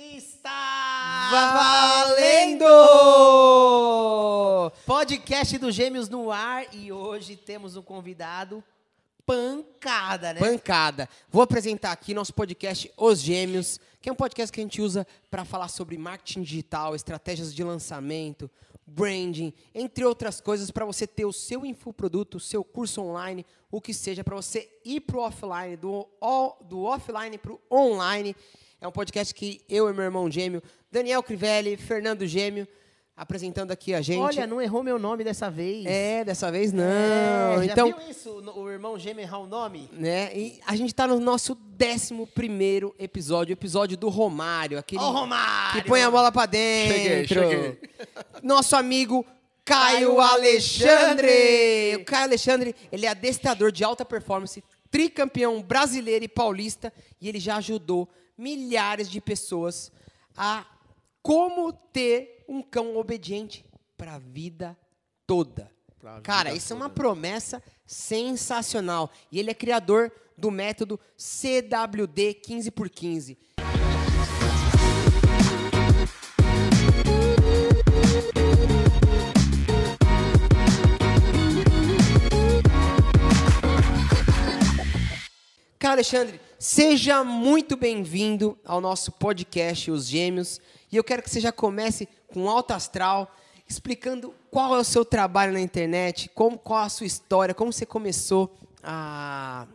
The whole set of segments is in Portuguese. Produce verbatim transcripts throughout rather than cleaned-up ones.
Está valendo! Podcast dos Gêmeos no ar e hoje temos um convidado pancada, né? Pancada. Vou apresentar aqui nosso podcast Os Gêmeos, que é um podcast que a gente usa para falar sobre marketing digital, estratégias de lançamento, branding, entre outras coisas, para você ter o seu infoproduto, o seu curso online, o que seja, para você ir para o offline, do, do offline para o online. É um podcast que eu e meu irmão gêmeo, Daniel Crivelli, Fernando Gêmeo, apresentando aqui a gente. Olha, não errou meu nome dessa vez. É, dessa vez não. É, já então, viu isso? O irmão gêmeo errar o nome? Né? E a gente está no nosso décimo primeiro episódio, o episódio do Romário. Aquele Ó, Romário! que põe a bola para dentro. Cheguei, cheguei. Nosso amigo Caio Alexandre. O Caio Alexandre, ele é adestrador de alta performance, tricampeão brasileiro e paulista, e ele já ajudou milhares de pessoas a como ter um cão obediente para a vida toda. Pra Cara, vida isso é toda. uma promessa sensacional. E ele é criador do método C W D quinze por quinze. Cara, Alexandre, seja muito bem-vindo ao nosso podcast Os Gêmeos. E eu quero que você já comece com alto astral, explicando qual é o seu trabalho na internet, como, qual a sua história, como você começou a,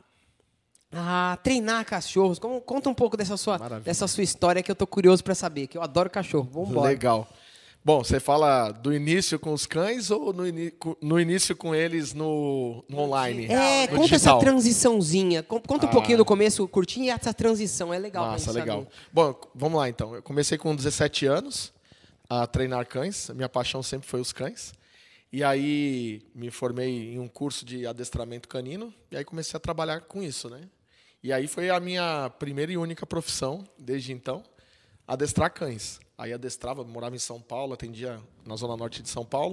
a treinar cachorros. Como, conta um pouco dessa sua, dessa sua história que eu tô curioso para saber, que eu adoro cachorro. Vamos embora. Legal. Bom, você fala do início com os cães ou no, ini- no início com eles no, no online? É, no conta digital? essa transiçãozinha. Con- Conta um Ah. pouquinho do começo, curtinho, e essa transição. É legal pra Nossa, gente legal. saber. Bom, vamos lá então. Eu comecei com dezessete anos a treinar cães. Minha paixão sempre foi os cães. E aí me formei em um curso de adestramento canino e aí comecei a trabalhar com isso, né? E aí foi a minha primeira e única profissão desde então, adestrar cães. Aí adestrava, morava em São Paulo, atendia na zona norte de São Paulo.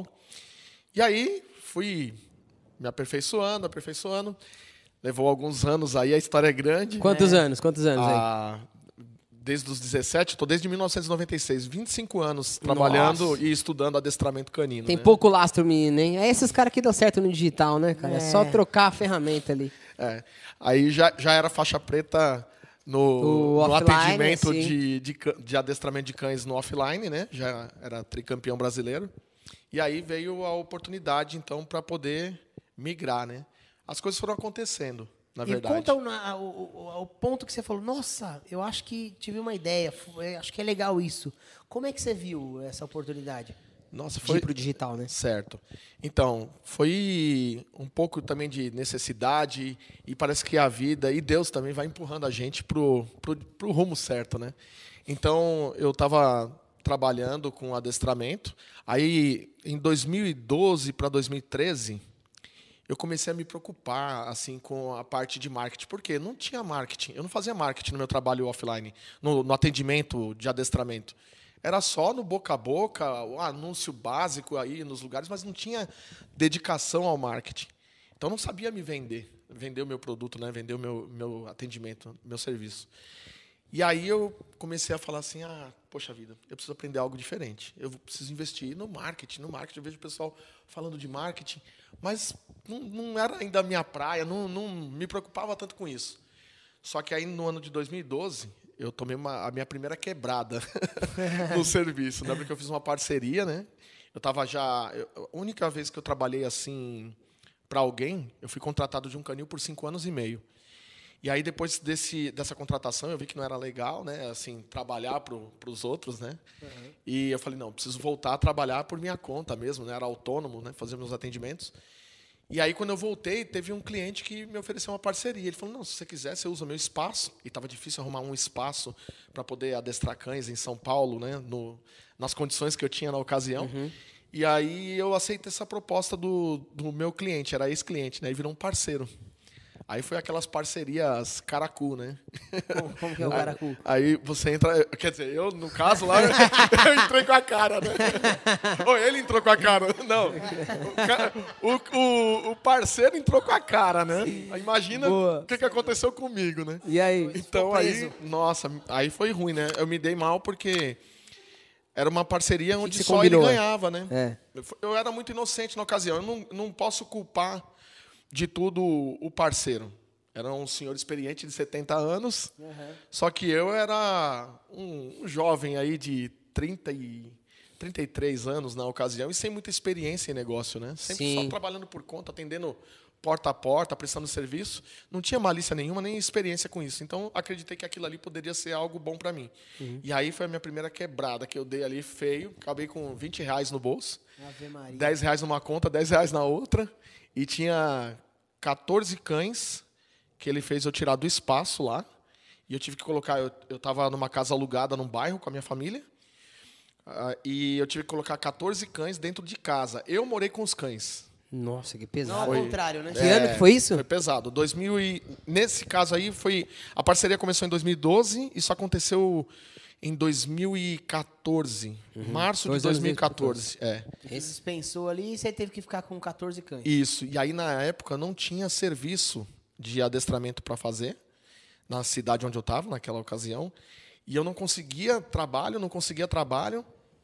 E aí fui me aperfeiçoando, aperfeiçoando. Levou alguns anos aí, a história é grande. Quantos anos? Quantos anos aí? Ah, desde os dezessete, estou desde mil novecentos e noventa e seis, vinte e cinco anos trabalhando Nossa. e estudando adestramento canino. Tem né? pouco lastro, menino, hein? É esses caras que dão certo no digital, né, cara? É, É. só trocar a ferramenta ali. É. Aí já, já era faixa preta no, O no offline, atendimento assim. de, de, cã- de adestramento de cães no offline, né? Já era tricampeão brasileiro. E aí veio a oportunidade, então, para poder migrar, né? As coisas foram acontecendo, na E verdade. conta o, a- o- o- o ponto que você falou, nossa, eu acho que tive uma ideia, fu- é, acho que é legal isso. Como é que você viu essa oportunidade? Nossa, De foi ir pro digital, né? certo. Então, foi um pouco também de necessidade e parece que a vida e Deus também vai empurrando a gente pro, pro, pro rumo certo, né? Então, eu estava trabalhando com adestramento. Aí, em dois mil e doze para dois mil e treze, eu comecei a me preocupar assim com a parte de marketing, porque não tinha marketing. Eu não fazia marketing no meu trabalho offline, no, no atendimento de adestramento. Era só no boca a boca, o anúncio básico aí nos lugares, mas não tinha dedicação ao marketing. Então, eu não sabia me vender, vender o meu produto, né? Vender o meu, meu atendimento, meu serviço. E aí eu comecei a falar assim, ah, poxa vida, eu preciso aprender algo diferente. Eu preciso investir no marketing, no marketing. Eu vejo o pessoal falando de marketing, mas não, não era ainda a minha praia, não, não me preocupava tanto com isso. Só que aí, no ano de dois mil e doze, eu tomei uma, a minha primeira quebrada no serviço, né? Porque eu fiz uma parceria, né? Eu estava já... eu- a única vez que eu trabalhei assim para alguém, eu fui contratado de um canil por cinco anos e meio. E aí, depois desse, dessa contratação, eu vi que não era legal, né? Assim, trabalhar para os outros, né? Uhum. E eu falei, não, preciso voltar a trabalhar por minha conta mesmo, né? Era autônomo, né? Fazer meus atendimentos. E aí, quando eu voltei, teve um cliente que me ofereceu uma parceria. Ele falou, não, se você quiser, você usa meu espaço. E estava difícil arrumar um espaço para poder adestrar cães em São Paulo, né? No, nas condições que eu tinha na ocasião. Uhum. E aí, eu aceitei essa proposta do, do meu cliente, era ex-cliente, né? E virou um parceiro. Aí foi aquelas parcerias caracu, né? Como, como que é o caracu? Aí você entra... Quer dizer, eu, no caso lá, eu entrei com a cara, né? Ou ele entrou com a cara. Não. O, ca- o, o- o parceiro entrou com a cara, né? Aí imagina Boa. o que, que aconteceu comigo, né? E aí? Então ficou aí... preso. Nossa, aí foi ruim, né? Eu me dei mal porque... Era uma parceria onde você só ele combinou? ganhava, né? É. Eu f- Eu era muito inocente na ocasião. Eu não, não posso culpar de tudo o parceiro. Era um senhor experiente de setenta anos, só que eu era um, um jovem aí de trinta e, trinta e três anos na ocasião e sem muita experiência em negócio, né? Sempre Sim. só trabalhando por conta, atendendo porta a porta, prestando serviço. Não tinha malícia nenhuma, nem experiência com isso. Então, acreditei que aquilo ali poderia ser algo bom para mim. E aí foi a minha primeira quebrada que eu dei ali, feio. Acabei com vinte reais no bolso. Ave Maria. dez reais numa conta, dez reais na outra. E tinha quatorze cães que ele fez eu tirar do espaço lá. E eu tive que colocar... Eu estava numa casa alugada num bairro com a minha família. ah, e eu tive que colocar quatorze cães dentro de casa. Eu morei com os cães. Nossa, que Não pesado. ao Foi. contrário, né? Que ano que foi isso? Foi pesado. dois mil e, nesse caso aí, foi, a parceria começou em dois mil e doze. Isso aconteceu em dois mil e quatorze. Março Dois de anos dois mil e quatorze. É. Você dispensou ali e você teve que ficar com quatorze cães. Isso. E aí, na época, não tinha serviço de adestramento para fazer na cidade onde eu estava, naquela ocasião. E eu não conseguia trabalho, não conseguia trabalho.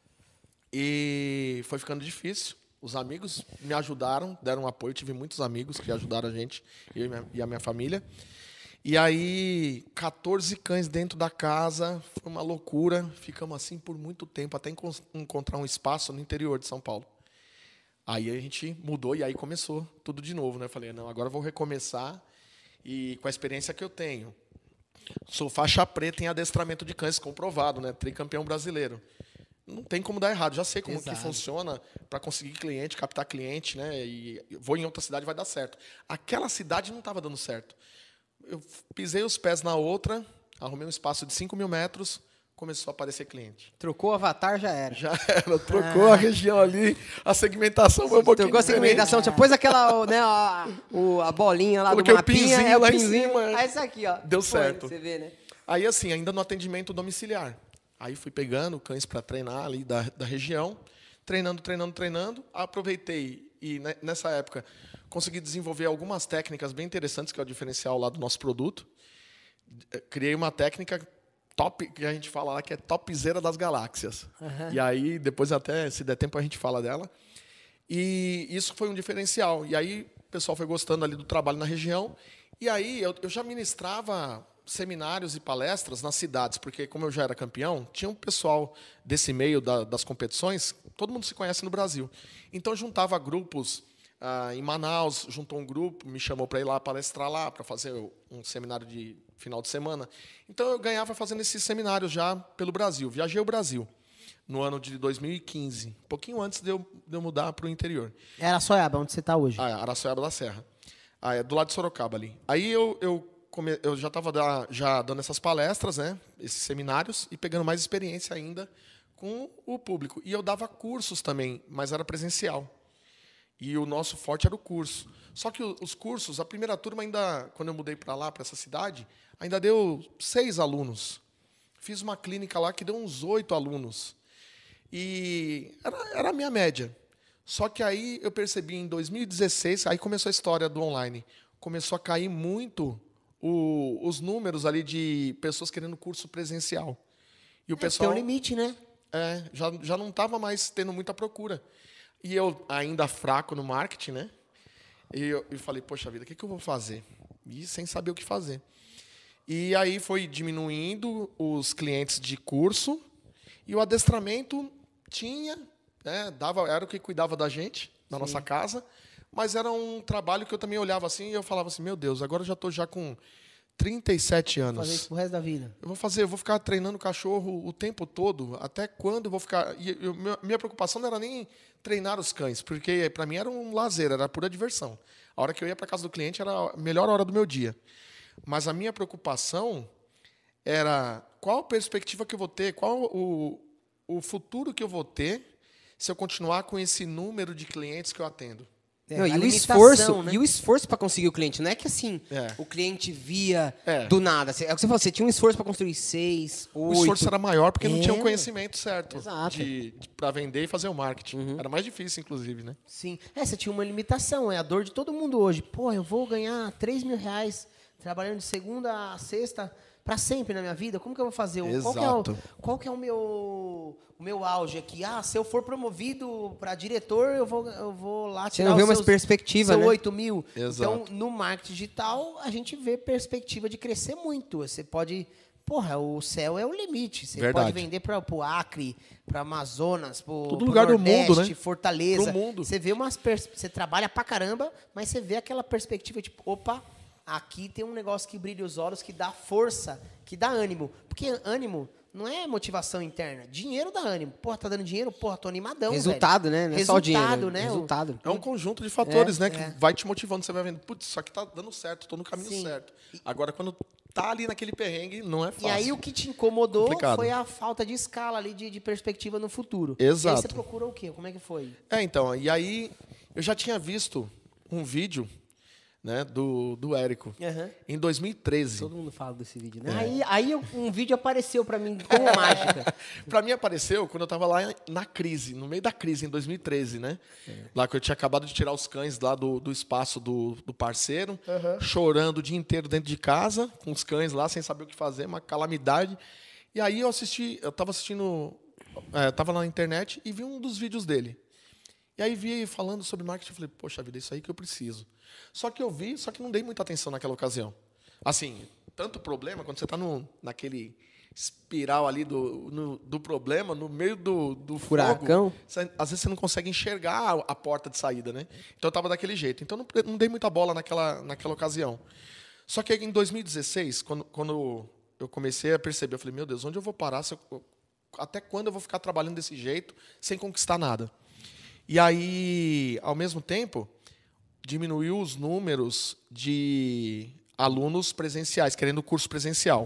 E foi ficando difícil. Os amigos me ajudaram, deram um apoio. Tive muitos amigos que ajudaram a gente, eu e minha- e a minha família. E aí, quatorze cães dentro da casa, foi uma loucura. Ficamos assim por muito tempo, até encon- encontrar um espaço no interior de São Paulo. Aí a gente mudou e aí começou tudo de novo, né? Eu falei, não, agora eu vou recomeçar e com a experiência que eu tenho. Sou faixa preta em adestramento de cães, comprovado, né? Tricampeão brasileiro. Não tem como dar errado. Já sei como Exato. que funciona para conseguir cliente, captar cliente, né? E vou em outra cidade, vai dar certo. Aquela cidade não estava dando certo. Eu pisei os pés na outra, arrumei um espaço de cinco mil metros, começou a aparecer cliente. Trocou o avatar, já era. Já era, trocou a região ali, a segmentação foi um pouquinho Trocou a diferente. segmentação, já pôs aquela, ó, né, a, o, a bolinha lá Coloquei do o mapinha, pinzinho é o lá em pinzinho. cima. Aí isso aqui, ó. Deu Foi, certo. Você vê, né? Aí, assim, ainda no atendimento domiciliar. Aí fui pegando cães para treinar ali da, da região, treinando, treinando, treinando. Aproveitei e, né, nessa época, consegui desenvolver algumas técnicas bem interessantes, que é o diferencial lá do nosso produto. Criei uma técnica top, que a gente fala lá, que é topzera das galáxias. E aí, depois até, se der tempo, a gente fala dela. E isso foi um diferencial. E aí, o pessoal foi gostando ali do trabalho na região. E aí, eu, eu já ministrava seminários e palestras nas cidades, porque como eu já era campeão, tinha um pessoal desse meio da, das competições, todo mundo se conhece no Brasil. Então, juntava grupos ah, em Manaus, juntou um grupo, me chamou para ir lá palestrar lá, para fazer um seminário de final de semana. Então, eu ganhava fazendo esses seminários já pelo Brasil. Viajei o Brasil no ano de dois mil e quinze, um pouquinho antes de eu, de eu mudar para o interior. Era Soiaba, onde você está hoje. Ah, Araçoiaba da Serra. Ah, é do lado de Sorocaba ali. Aí eu, eu, come, eu já estava já dando essas palestras, né, esses seminários, e pegando mais experiência ainda com o público. E eu dava cursos também, mas era presencial. E o nosso forte era o curso. Só que o- os cursos, a primeira turma ainda, quando eu mudei para lá, para essa cidade, ainda deu seis alunos. Fiz uma clínica lá que deu uns oito alunos. E era, era a minha média. Só que aí eu percebi em dois mil e dezesseis, aí começou a história do online. Começou a cair muito o- os números ali de pessoas querendo curso presencial. E o Tem pessoal um limite, né? é, já, já não estava mais tendo muita procura. E eu, ainda fraco no marketing, né? E eu, eu falei, poxa vida, o que, que eu vou fazer? E sem saber o que fazer. E aí foi diminuindo os clientes de curso e o adestramento tinha, né, dava, era o que cuidava da gente, na nossa casa, mas era um trabalho que eu também olhava assim e eu falava assim, meu Deus, agora eu já estou já com trinta e sete anos. Fazer isso pro resto da vida. Eu vou fazer, eu vou ficar treinando cachorro o tempo todo, até quando eu vou ficar... E eu, meu- minha preocupação não era nem treinar os cães, porque para mim era um lazer, era pura diversão. A hora que eu ia para casa do cliente era a melhor hora do meu dia. Mas a minha preocupação era qual a perspectiva que eu vou ter, qual o, o futuro que eu vou ter se eu continuar com esse número de clientes que eu atendo. É, Não, a e, o limitação, esforço, né? e o esforço para conseguir o cliente. Não é que assim, É. o cliente via É. do nada. É o que você falou, você tinha um esforço para construir seis, O oito. esforço era maior porque não tinha o É. conhecimento certo Exato. de, de, para vender e fazer o marketing. Era mais difícil, inclusive, né? Sim. É, você tinha uma limitação, é a dor de todo mundo hoje. Pô, eu vou ganhar três mil reais trabalhando de segunda a sexta para sempre na minha vida. Como que eu vou fazer? Qual que é o, Exato. qual que é o meu, o meu auge aqui? Ah, se eu for promovido para diretor, eu vou, eu vou lá Você tirar não vê os uma seus- perspectiva, seu né? oito mil. Exato. Então, no marketing digital, a gente vê perspectiva de crescer muito. Você pode... Porra, o céu é o limite. Você Verdade. pode vender para o Acre, para Amazonas, para Todo lugar do mundo, né? Fortaleza. Pro mundo. Você vê umas pers- você trabalha pra caramba, mas você vê aquela perspectiva tipo, opa, aqui tem um negócio que brilha os olhos, que dá força, que dá ânimo. Porque ânimo não é motivação interna. Dinheiro dá ânimo. Porra, tá dando dinheiro? Porra, tô animadão, Resultado, velho. né? Não é só o dinheiro. Resultado, né? Resultado. É um conjunto de fatores, É, né? Que é. vai te motivando. Você vai vendo, putz, isso aqui tá dando certo, tô no caminho Sim. certo. Agora, quando tá ali naquele perrengue, não é fácil. E aí o que te incomodou Complicado. foi a falta de escala ali, de, de perspectiva no futuro. Exato. E aí você procura o quê? Como é que foi? É, então, e aí eu já tinha visto um vídeo, né, do, do Érico, Aham. em dois mil e treze. Todo mundo fala desse vídeo, É. né? Aí, aí um vídeo apareceu para mim como mágica. Pra mim apareceu quando eu tava lá na crise, no meio da crise, em dois mil e treze, né? Lá que eu tinha acabado de tirar os cães lá do, do espaço do, do parceiro, chorando o dia inteiro dentro de casa, com os cães lá, sem saber o que fazer, uma calamidade. E aí eu assisti, eu tava assistindo, é, tava lá na internet e vi um dos vídeos dele. E aí vi falando sobre marketing, eu falei, poxa vida, é isso aí que eu preciso. Só que eu vi, só que não dei muita atenção naquela ocasião. Assim, tanto problema, quando você está naquele espiral ali do, no, do problema, no meio do, do Furacão. fogo, você- às vezes você não consegue enxergar a, a porta de saída, né? Então eu estava daquele jeito. Então não, não dei muita bola naquela, naquela ocasião. Só que em dois mil e dezesseis, quando, quando eu comecei a perceber, eu falei, meu Deus, onde eu vou parar? Se eu- até quando eu vou ficar trabalhando desse jeito, sem conquistar nada? E aí, ao mesmo tempo, diminuiu os números de alunos presenciais, querendo curso presencial.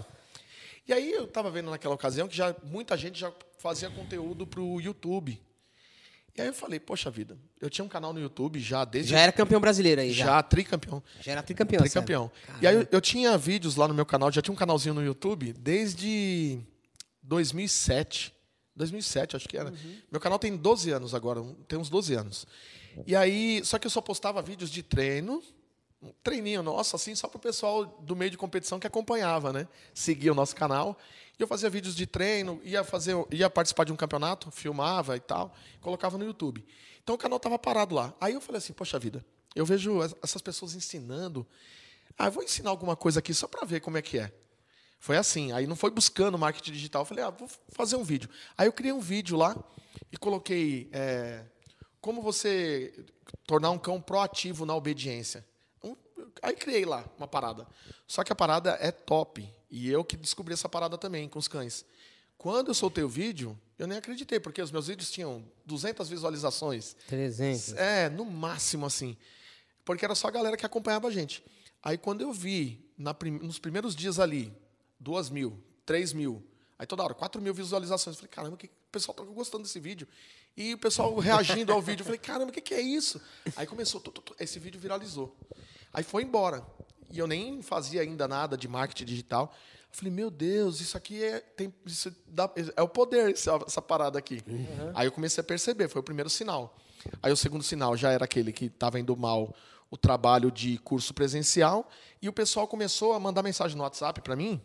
E aí eu estava vendo naquela ocasião que já, muita gente já fazia conteúdo para o YouTube. E aí eu falei, poxa vida, eu tinha um canal no YouTube já desde... Já era campeão brasileiro aí, já. Já, tricampeão. Já era tricampeão. Tricampeão. sério. E aí eu, eu tinha vídeos lá no meu canal, já tinha um canalzinho no YouTube desde dois mil e sete. dois mil e sete, acho que era. Meu canal tem doze anos agora, tem uns doze anos. E aí, só que eu só postava vídeos de treino, um treininho nosso, assim, só para o pessoal do meio de competição que acompanhava, né? Seguia o nosso canal. E eu fazia vídeos de treino, ia, fazer, ia participar de um campeonato, filmava e tal, colocava no YouTube. Então o canal estava parado lá. Aí eu falei assim, poxa vida, eu vejo essas pessoas ensinando. Ah, eu vou ensinar alguma coisa aqui só para ver como é que é. Foi assim. Aí não foi buscando marketing digital. Eu falei, ah, vou fazer um vídeo. Aí eu criei um vídeo lá e coloquei é, como você tornar um cão proativo na obediência. Um, aí criei lá uma parada. Só que a parada é top. E eu que descobri essa parada também com os cães. Quando eu soltei o vídeo, eu nem acreditei, porque os meus vídeos tinham duzentas visualizações. trezentos. É, no máximo, assim. Porque era só a galera que acompanhava a gente. Aí, quando eu vi, na prim- nos primeiros dias ali, duas mil, três mil, aí toda hora, quatro mil visualizações. Eu falei, caramba, que o pessoal tá gostando desse vídeo. E o pessoal reagindo ao vídeo. Eu falei, caramba, o que, que é isso? Aí começou, tu, tu, tu, esse vídeo viralizou. Aí foi embora. E eu nem fazia ainda nada de marketing digital. Eu falei, meu Deus, isso aqui é, tem, isso dá, é o poder, essa, essa parada aqui. Uhum. Aí eu comecei a perceber, foi o primeiro sinal. Aí o segundo sinal já era aquele que estava indo mal o trabalho de curso presencial. E o pessoal começou a mandar mensagem no WhatsApp para mim.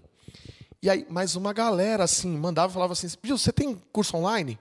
E aí, mas uma galera assim, mandava e falava assim, viu, você tem curso online?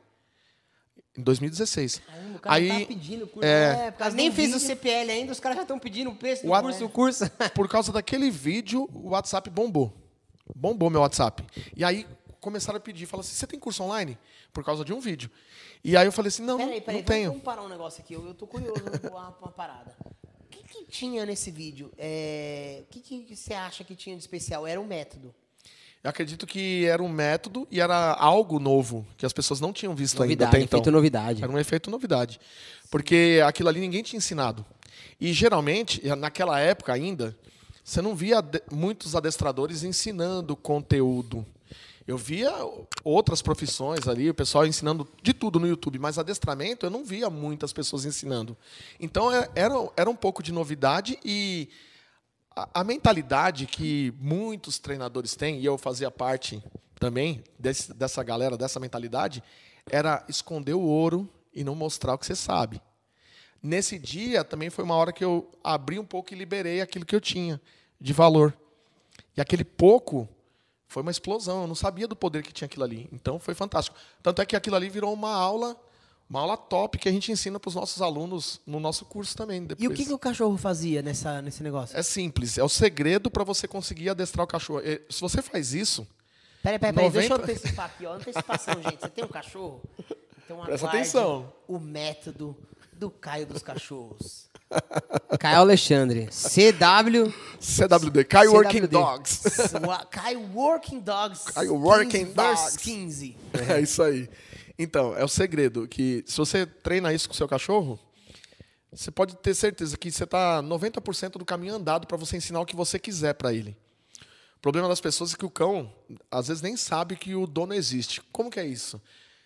Em dois mil e dezesseis. Caramba, o cara aí, tá pedindo curso. é, É, mas nem fez o C P L ainda, os caras já estão pedindo o preço do What- curso, do curso. por causa daquele vídeo, o WhatsApp bombou. Bombou meu WhatsApp. E aí começaram a pedir, falaram assim, você tem curso online? Por causa de um vídeo. E aí eu falei assim, não, Peraí, não, peraí, não vamos, tenho. vamos parar um negócio aqui. Eu, eu tô curioso com uma, uma parada. O que, que tinha nesse vídeo? É, o que, que você acha que tinha de especial? Era um método. Eu acredito que era um método e era algo novo, que as pessoas não tinham visto Novidade, ainda até então. efeito novidade. Era um efeito novidade. Porque aquilo ali ninguém tinha ensinado. E, geralmente, naquela época ainda, você não via ade- muitos adestradores ensinando conteúdo. Eu via outras profissões ali, o pessoal ensinando de tudo no YouTube, mas adestramento eu não via muitas pessoas ensinando. Então é- era, era um pouco de novidade e a, a mentalidade que muitos treinadores têm, e eu fazia parte também desse, dessa galera, dessa mentalidade, era esconder o ouro e não mostrar o que você sabe. Nesse dia também foi uma hora que eu abri um pouco e liberei aquilo que eu tinha de valor. E aquele pouco foi uma explosão. Eu não sabia do poder que tinha aquilo ali. Então foi fantástico. Tanto é que aquilo ali virou uma aula, uma aula top que a gente ensina para os nossos alunos no nosso curso também. Depois. E o que, que o cachorro fazia nessa, nesse negócio? É simples. É o segredo para você conseguir adestrar o cachorro. É, se você faz isso... Peraí, peraí, peraí. Deixa eu noventa antecipar aqui. Ó. Antecipação, gente. Você tem um cachorro? Então Presta aguarde atenção. o método do Caio dos Cachorros. Caio Alexandre, C W... C W D, Caio Working C W D. Dogs. Sua- Caio Working Dogs. Caio Working quinze, verse Dogs. quinze. É isso aí. Então, é o segredo, que se você treina isso com o seu cachorro, você pode ter certeza que você está noventa por cento do caminho andado para você ensinar o que você quiser para ele. O problema das pessoas é que o cão, às vezes, nem sabe que o dono existe. Como que é isso?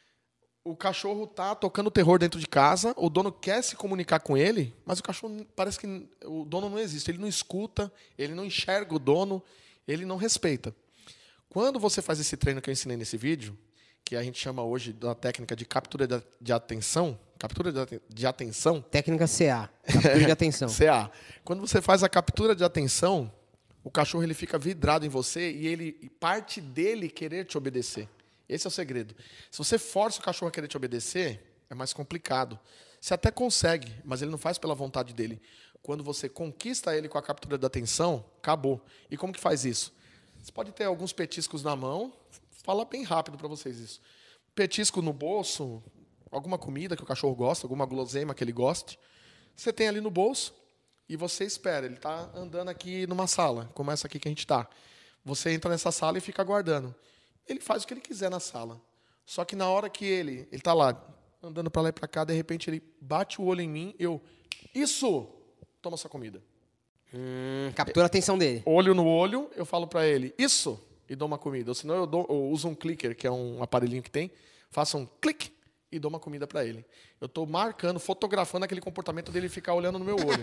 O cachorro tá tocando terror dentro de casa, o dono quer se comunicar com ele, mas o cachorro parece que o dono não existe. Ele não escuta, ele não enxerga o dono, ele não respeita. Quando você faz esse treino que eu ensinei nesse vídeo, que a gente chama hoje da técnica de captura de- de atenção, captura de aten- de atenção, Técnica C A, captura de atenção. C A. Quando você faz a captura de atenção, o cachorro ele fica vidrado em você e ele e parte dele querer te obedecer. Esse é o segredo. Se você força o cachorro a querer te obedecer, é mais complicado. Você até consegue, mas ele não faz pela vontade dele. Quando você conquista ele com a captura da atenção, acabou. E como que faz isso? Você pode ter alguns petiscos na mão. Fala bem rápido para vocês isso. Petisco no bolso, alguma comida que o cachorro gosta, alguma guloseima que ele goste. Você tem ali no bolso e você espera. Ele está andando aqui numa sala, como essa aqui que a gente está. Você entra nessa sala e fica aguardando. Ele faz o que ele quiser na sala. Só que na hora que ele ele está lá, andando para lá e para cá, de repente ele bate o olho em mim, eu... Isso! Toma sua comida. Hum, captura a atenção dele. Olho no olho, eu falo para ele, isso! E dou uma comida. Ou senão eu, dou, eu uso um clicker, que é um aparelhinho que tem, faço um clique e dou uma comida para ele. Eu estou marcando, fotografando aquele comportamento dele ficar olhando no meu olho.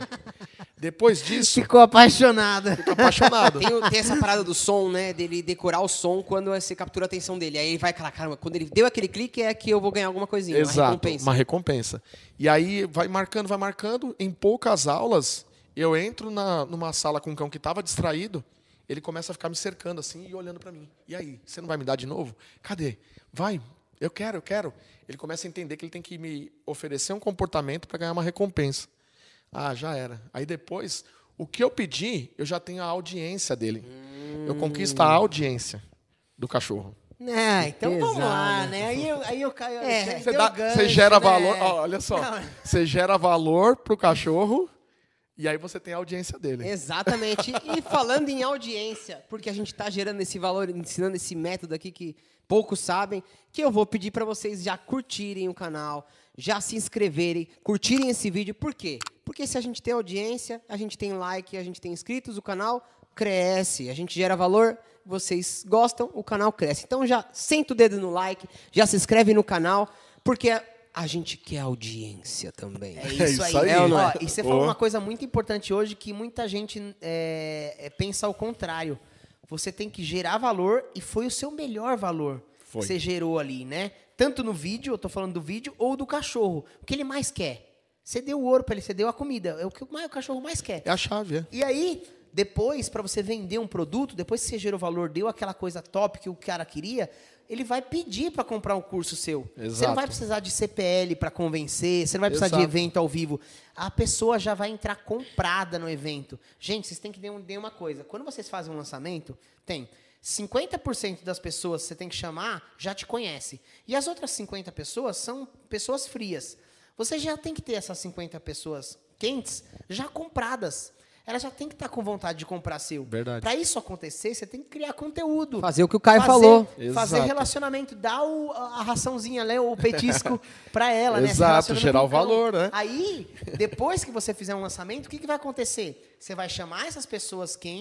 Depois disso, Ficou apaixonada. fico apaixonado. Tem, o- tem essa parada do som, né? Dele decorar o som quando você captura a atenção dele. Aí ele vai, cara, caramba, quando ele deu aquele clique é que eu vou ganhar alguma coisinha, uma Exato, recompensa. uma recompensa. E aí vai marcando, vai marcando. Em poucas aulas, eu entro na, numa sala com um cão que estava distraído, ele começa a ficar me cercando assim e olhando para mim. E aí, você não vai me dar de novo? Cadê? Vai, eu quero, eu quero. Ele começa a entender que ele tem que me oferecer um comportamento para ganhar uma recompensa. Ah, já era. Aí depois, o que eu pedi, eu já tenho a audiência dele. Hum. Eu conquisto a audiência do cachorro. É, então vamos pesado. lá, né? Aí eu, aí eu caio. É, Você, dá- você gera valor, ó, olha só, você gera valor pro cachorro e aí você tem a audiência dele. Exatamente. E falando em audiência, porque a gente está gerando esse valor, ensinando esse método aqui que poucos sabem, que eu vou pedir para vocês já curtirem o canal, já se inscreverem, curtirem esse vídeo. Por quê? Porque se a gente tem audiência, a gente tem like, a gente tem inscritos, o canal cresce, a gente gera valor, vocês gostam, o canal cresce. Então já senta o dedo no like, já se inscreve no canal, porque a gente quer audiência também. É isso, É isso aí. aí. É ou não Ó, é? e você Boa. falou uma coisa muito importante hoje que muita gente é, é, pensa ao contrário. Você tem que gerar valor e foi o seu melhor valor Foi. que você gerou ali, né? Tanto no vídeo, eu tô falando do vídeo, ou do cachorro. O que ele mais quer? Você deu o ouro para ele, você deu a comida. É o que o mais- o cachorro mais quer. É a chave, é. E aí, depois, para você vender um produto, depois que você gerou valor, deu aquela coisa top que o cara queria, ele vai pedir para comprar um curso seu. Você não Exato. vai precisar de C P L para convencer, você não vai precisar de Exato. evento ao vivo. A pessoa já vai entrar comprada no evento. Gente, vocês têm que entender uma coisa. Quando vocês fazem um lançamento, tem cinquenta por cento das pessoas que você tem que chamar já te conhece. E as outras cinquenta pessoas são pessoas frias. Você já tem que ter essas cinquenta pessoas quentes já compradas. Elas já tem que estar com vontade de comprar seu. Verdade. Para isso acontecer, você tem que criar conteúdo. Fazer o que o Caio Fazer- falou. Fazer Exato. relacionamento, dar o- a raçãozinha, né, o petisco para ela, né? esse Exato, relacionamento gerar com o valor, né? Aí, depois que você fizer um lançamento, o que, que vai acontecer? Você vai chamar essas pessoas quentes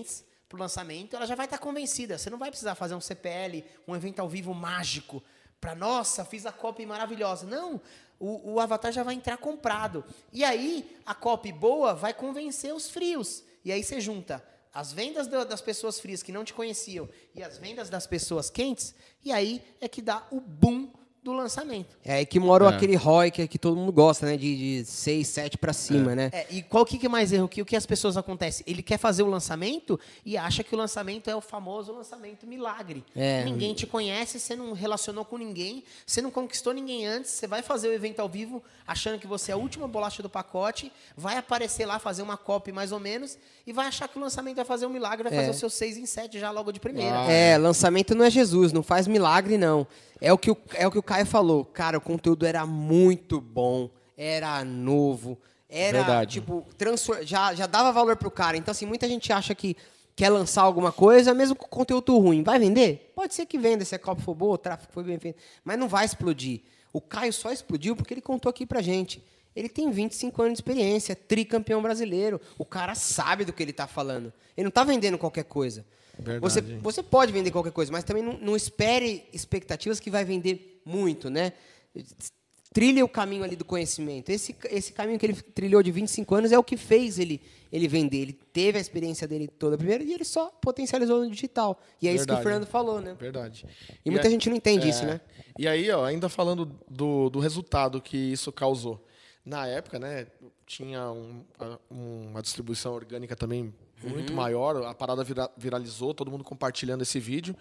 pro lançamento, ela já vai estar convencida. Você não vai precisar fazer um C P L, um evento ao vivo mágico, para, nossa, fiz a copy maravilhosa. Não, o, o avatar já vai entrar comprado. E aí, a copy boa vai convencer os frios. E aí você junta as vendas do, das pessoas frias que não te conheciam e as vendas das pessoas quentes, e aí é que dá o boom do lançamento. É aí que mora É. aquele R O I que, que todo mundo gosta, né? De, de seis, sete pra cima, né? É, e qual que que é mais erro? Que o que as pessoas acontece? Ele quer fazer o lançamento e acha que o lançamento é o famoso lançamento milagre. É. Ninguém te conhece, você não relacionou com ninguém, você não conquistou ninguém antes, você vai fazer o evento ao vivo achando que você é a última bolacha do pacote, vai aparecer lá, fazer uma copy mais ou menos, e vai achar que o lançamento vai fazer um milagre, vai É. fazer o seu seis em sete já logo de primeira. Ah, É, lançamento não é Jesus, não faz milagre, não. É o que o, é o, que o Caio falou. Cara, o conteúdo era muito bom, era novo, era, Verdade. tipo, transfor- já, já dava valor pro cara. Então, assim, muita gente acha que quer lançar alguma coisa, mesmo com conteúdo ruim. Vai vender? Pode ser que venda, se a copa for boa, o tráfego foi bem feito. Mas não vai explodir. O Caio só explodiu porque ele contou aqui pra gente. Ele tem vinte e cinco anos de experiência, tricampeão brasileiro. O cara sabe do que ele está falando. Ele não está vendendo qualquer coisa. Verdade. Você, você pode vender qualquer coisa, mas também não, não espere expectativas que vai vender muito, né? Trilhe o caminho ali do conhecimento. Esse, esse caminho que ele trilhou de vinte e cinco anos é o que fez ele, ele vender. Ele teve a experiência dele toda primeiro e ele só potencializou no digital. E é isso que o Verdade. Fernando falou, né? Verdade. E muita a- gente não entende é, isso, né? E aí, ó, ainda falando do, do resultado que isso causou. Na época, né, tinha um- a- uma distribuição orgânica também muito maior, a parada vira- viralizou, todo mundo compartilhando esse vídeo.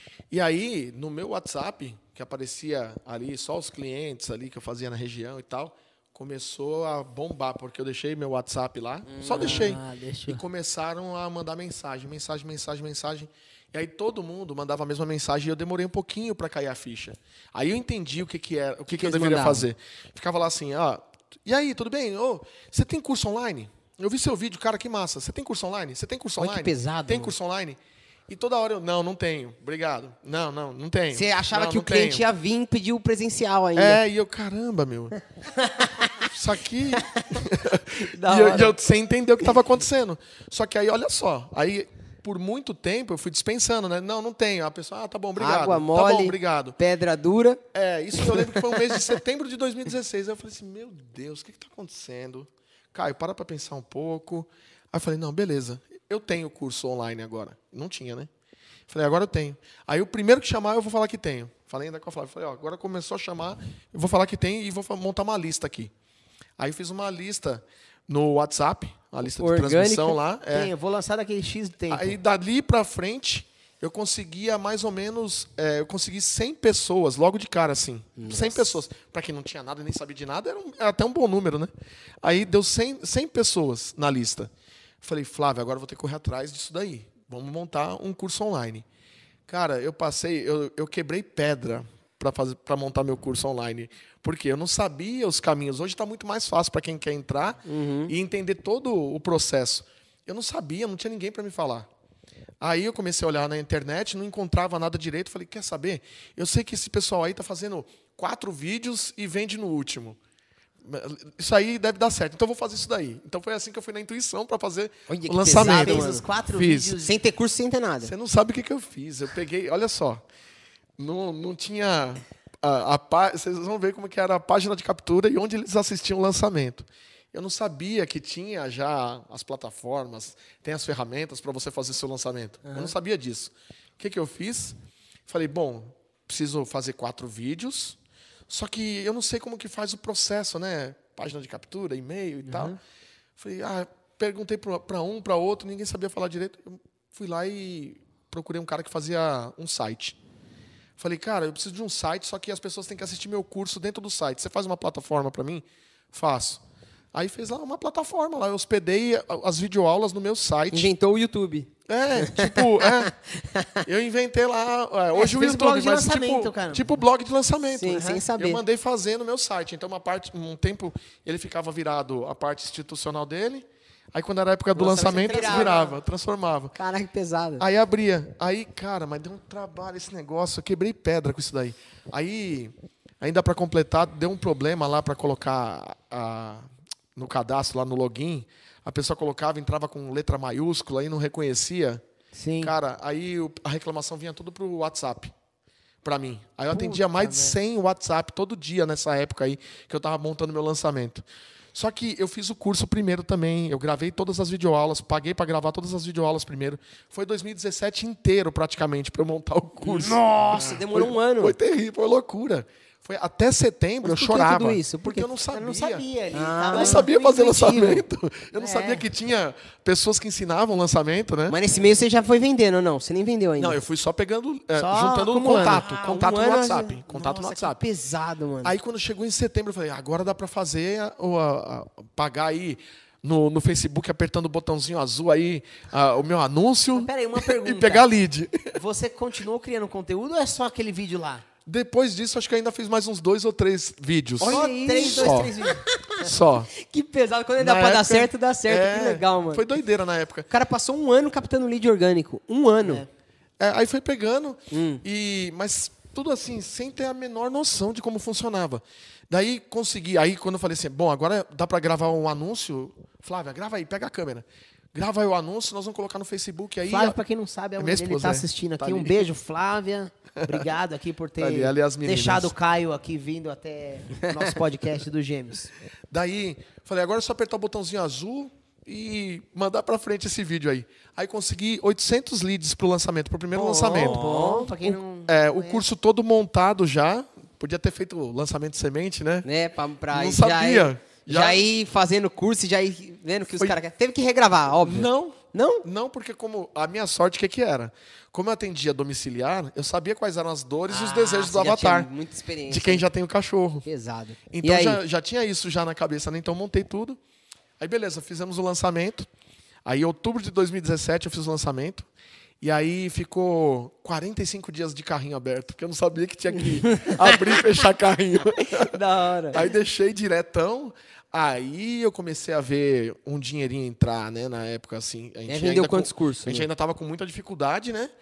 E aí, no meu WhatsApp, que aparecia ali só os clientes ali que eu fazia na região e tal, começou a bombar, porque eu deixei meu WhatsApp lá, só deixei. Ah, deixou. E começaram a mandar mensagem, mensagem, mensagem, mensagem. E aí todo mundo mandava a mesma mensagem e eu demorei um pouquinho para cair a ficha. Aí eu entendi o que, que era, o que, que eu eles deveria mandavam? fazer. Ficava lá assim, ó, e aí, tudo bem? Ô, você tem curso online? Eu vi seu vídeo, cara, que massa. Você tem curso online? Você tem curso Olha que online? pesado, Tem mano. curso online? E toda hora eu, não, não tenho. Obrigado. Não, não, não tenho. Você achava Não, que não o cliente tenho. ia vir pedir o presencial ainda. É, e eu, caramba, meu. Isso aqui. Da e, eu, hora. e eu sem entender o que estava acontecendo. Só que aí, olha só, aí por muito tempo eu fui dispensando, né? Não, não tenho. A pessoa, ah, tá bom, obrigado. Água Tá mole, bom, obrigado. pedra dura. É, isso eu lembro que foi um mês de setembro de dois mil e dezesseis. Aí eu falei assim, meu Deus, o que está acontecendo? Caio, para para pensar um pouco. Aí eu falei, não, beleza. Eu tenho curso online agora. Não tinha, né? Falei, agora eu tenho. Aí o primeiro que chamar, eu vou falar que tenho. Falei ainda com a Flávia. Falei, ó, agora começou a chamar, eu vou falar que tem e vou fa- montar uma lista aqui. Aí eu fiz uma lista no WhatsApp, a lista de Orgânica. transmissão lá. É. Tem, eu vou lançar daquele X de tempo. Aí dali pra frente, eu conseguia mais ou menos, é, eu consegui cem pessoas logo de cara, assim. cem pessoas. Pra quem não tinha nada, nem sabia de nada, era, um- era até um bom número, né? Aí deu cem, cem pessoas na lista. Falei, Flávio, agora eu vou ter que correr atrás disso daí. Vamos montar um curso online. Cara, eu passei, eu, eu quebrei pedra para fazer, para montar meu curso online, porque eu não sabia os caminhos. Hoje está muito mais fácil para quem quer entrar e entender todo o processo. Eu não sabia, não tinha ninguém para me falar. Aí eu comecei a olhar na internet, não encontrava nada direito. Falei, quer saber? Eu sei que esse pessoal aí está fazendo quatro vídeos e vende no último. Isso aí deve dar certo. Então eu vou fazer isso daí. Então foi assim que eu fui na intuição para fazer Olha que o lançamento. pesado, Fez mano. os quatro Fiz. vídeos. Sem ter curso, sem ter nada. Você não sabe o que, que eu fiz. Eu peguei, olha só, não, não tinha a, a pá- vocês vão ver como que era a página de captura e onde eles assistiam o lançamento. Eu não sabia que tinha já as plataformas, tem as ferramentas para você fazer seu lançamento. Eu não sabia disso. O que, que eu fiz? Falei, bom, preciso fazer quatro vídeos, só que eu não sei como que faz o processo, né? Página de captura, e-mail e tal. Falei, ah, perguntei para um, para outro, ninguém sabia falar direito. Eu fui lá e procurei um cara que fazia um site. Falei, cara, eu preciso de um site, só que as pessoas têm que assistir meu curso dentro do site. Você faz uma plataforma para mim? Faço. Aí fez lá uma plataforma, lá eu hospedei a- as videoaulas no meu site. Inventou o YouTube. É, tipo, é. Eu inventei lá. é, hoje você o fez o YouTube, blog de mas lançamento, tipo, cara. tipo blog de lançamento. Sim, né? sem saber. Eu mandei fazer no meu site. Então, uma parte, um tempo, ele ficava virado a parte institucional dele. Aí, quando era a época do Lançamento, lançamento, você virava, virava. transformava. Caraca, que pesado. Aí abria. Aí, cara, mas deu um trabalho esse negócio. Eu quebrei pedra com isso daí. Aí, ainda para completar, deu um problema lá para colocar a, no cadastro, lá no login. A pessoa colocava, entrava com letra maiúscula e não reconhecia. Sim. Cara, aí o- a reclamação vinha tudo pro WhatsApp. Pra mim. Aí eu atendia mais de cem WhatsApp todo dia nessa época aí que eu tava montando meu lançamento. Só que eu fiz o curso primeiro também, eu gravei todas as videoaulas, paguei para gravar todas as videoaulas primeiro. Foi dois mil e dezessete inteiro praticamente para eu montar o curso. Nossa, demorou Foi- um ano. Foi terrível, foi loucura. Foi até setembro Mas eu por que chorava. tudo isso? Por Porque quê? eu não sabia. Eu não sabia. Ele Ah. tava Eu não sabia no fazer intuitivo. lançamento. Eu não É. sabia que tinha pessoas que ensinavam lançamento, né? Mas nesse meio você já foi vendendo ou não? Você nem vendeu ainda? Não, eu fui só pegando, é, Só juntando acumulando. contato, Ah, contato um no ano, WhatsApp, mas- contato no Nossa, WhatsApp. Que pesado, mano. Aí quando chegou em setembro, eu falei, agora dá pra fazer, a- o- a- a- pagar aí no, no Facebook, apertando o botãozinho azul aí, a- o meu anúncio Peraí, uma pergunta. e pegar lead. Você continuou criando conteúdo ou é só aquele vídeo lá? Depois disso, acho que ainda fiz mais uns dois ou três vídeos. Só Olha três, isso. dois, Só. três vídeos. Só. Que pesado. Quando dá Na pra dar época- certo, dá certo. É, Que legal, mano. Foi doideira na época. O cara passou um ano captando lead orgânico. Um ano. É. É, aí foi pegando, Hum. e, mas tudo assim, sem ter a menor noção de como funcionava. Daí consegui, aí quando eu falei assim, bom, agora dá para gravar um anúncio, Flávia, grava aí, pega a câmera. Grava aí o anúncio, nós vamos colocar no Facebook aí. Flávia, pra quem não sabe, é É a minha mulher dele esposa, tá é. assistindo aqui. Tá Um ali. beijo, Flávia. Obrigado aqui por ter Tá ali, ali as meninas. deixado o Caio aqui vindo até o nosso podcast dos Gêmeos. Daí, falei, agora é só apertar o botãozinho azul e mandar pra frente esse vídeo aí. Aí consegui oitocentos leads pro lançamento, pro primeiro lançamento. Bom, pra quem não... É, o curso todo montado já. Podia ter feito o lançamento de semente, né? Né? Pra, pra Não já sabia. Ir, já... Já- ir fazendo curso e já ir vendo o que os Foi- caras querem. Teve que regravar, óbvio. Não. Não? Não, porque como a minha sorte, o que, que era? Como eu atendia domiciliar, eu sabia quais eram as dores e os Ah, desejos do você já avatar. tinha muita experiência. De quem já tem o cachorro. Pesado. Então e aí? já, já tinha isso já na cabeça, né? Então montei tudo. Aí beleza, fizemos o lançamento. Aí em outubro de dois mil e dezessete eu fiz o lançamento. E aí ficou quarenta e cinco dias de carrinho aberto, porque eu não sabia que tinha que abrir e fechar carrinho. Da hora. Aí deixei diretão. Aí eu comecei a ver um dinheirinho entrar, né? Na época, assim. A gente E aí vendeu ainda quantos com- cursos, A gente né? ainda estava com muita dificuldade, né?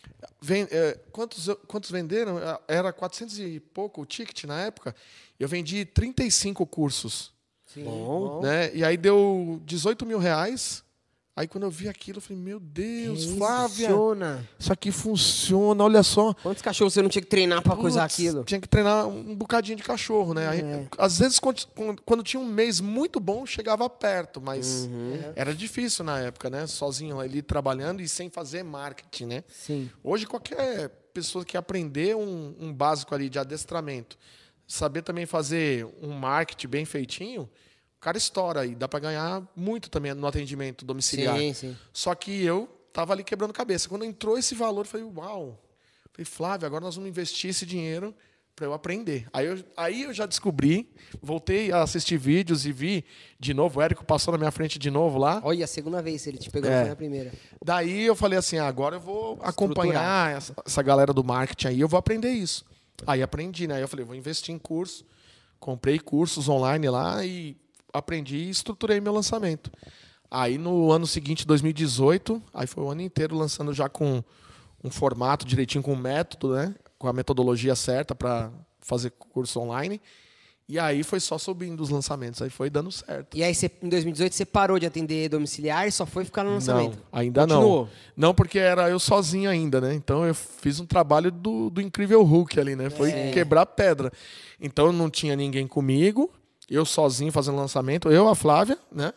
Ven- é, quantos, quantos venderam? Era quatrocentos e pouco o ticket na época. Eu vendi trinta e cinco cursos. Sim, Bom. Né? E aí deu dezoito mil reais. Aí quando eu vi aquilo, eu falei, meu Deus, Flávia, Funciona. isso aqui funciona, olha só. Quantos cachorros você não tinha que treinar pra coisar Putz, aquilo? Tinha que treinar um bocadinho de cachorro, né? Aí, É. às vezes, quando, quando tinha um mês muito bom, chegava perto, mas Uhum. era difícil na época, né? Sozinho ali trabalhando e sem fazer marketing, né? Sim. Hoje, qualquer pessoa que aprender um, um básico ali de adestramento, saber também fazer um marketing bem feitinho, o cara estoura e dá para ganhar muito também no atendimento domiciliar. Sim, sim. Só que eu tava ali quebrando cabeça. Quando entrou esse valor, eu falei, uau. Falei, Flávio, agora nós vamos investir esse dinheiro para eu aprender. Aí eu, aí eu já descobri, voltei a assistir vídeos e vi de novo, o Érico passou na minha frente de novo lá. Olha, a segunda vez ele te pegou, É. não foi na primeira. Daí eu falei assim, ah, agora eu vou acompanhar essa, essa galera do marketing aí, eu vou aprender isso. Aí aprendi, né? Aí eu falei, vou investir em curso. Comprei cursos online lá e aprendi e estruturei meu lançamento. Aí no ano seguinte, dois mil e dezoito, aí foi o ano inteiro lançando já com um formato direitinho, com um método, né? Com a metodologia certa para fazer curso online. E aí foi só subindo os lançamentos, aí foi dando certo. E aí, você, em dois mil e dezoito, você parou de atender domiciliar e só foi ficar no lançamento? Não, ainda Continuou? não. Não, porque era eu sozinho ainda, né? Então eu fiz um trabalho do, do incrível Hulk ali, né? Foi É. quebrar pedra. Então não tinha ninguém comigo, eu sozinho fazendo lançamento, eu, a Flávia, né?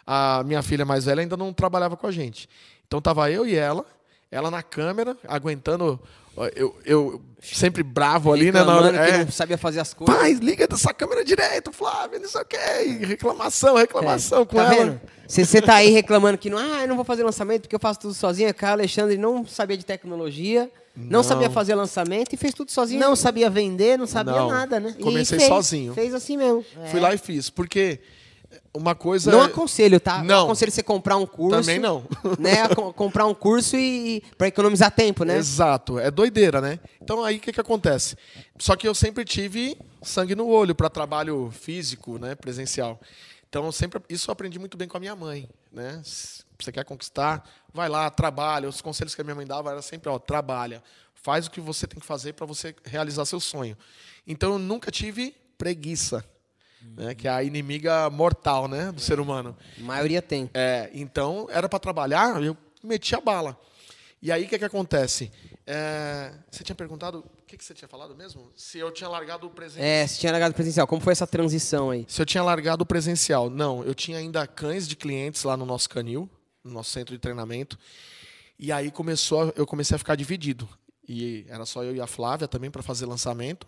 A minha filha mais velha ainda não trabalhava com a gente. Então tava eu e ela, ela na câmera, aguentando. Eu, eu sempre bravo ali, né? Na Reclamando hora, que é, não sabia fazer as coisas. Faz, liga dessa câmera direito, Flávia, não sei o quê. E reclamação, reclamação com Tá ela. vendo? Você, você tá aí reclamando que não, ah, eu não vou fazer lançamento porque eu faço tudo sozinho. Cara, Alexandre não sabia de tecnologia, não, Não. sabia fazer lançamento e fez tudo sozinho. Não sabia vender, não sabia Não. nada, né? E Comecei fez. sozinho. Fez assim mesmo. Fui lá e fiz, porque uma coisa... Não aconselho, tá? Não. Aconselho você comprar um curso. Também não. Né? Co- comprar um curso e, para economizar tempo, né? Exato, é doideira, né? Então aí o que, que acontece? Só que eu sempre tive sangue no olho para trabalho físico, né, presencial. Então eu sempre isso eu aprendi muito bem com a minha mãe, né? Se você quer conquistar, vai lá, trabalha. Os conselhos que a minha mãe dava era sempre, ó, trabalha, faz o que você tem que fazer para você realizar seu sonho. Então eu nunca tive preguiça, né, que é a inimiga mortal, né, do ser humano. A maioria tem. É, então, era para trabalhar, eu metia a bala. E aí, o que, que acontece? É, você tinha perguntado, o que, que você tinha falado mesmo? Se eu tinha largado o presencial. É, se tinha largado presencial. Como foi essa transição aí? Se eu tinha largado o presencial. Não, eu tinha ainda cães de clientes lá no nosso canil, no nosso centro de treinamento. E aí começou, eu comecei a ficar dividido. E era só eu e a Flávia também para fazer lançamento.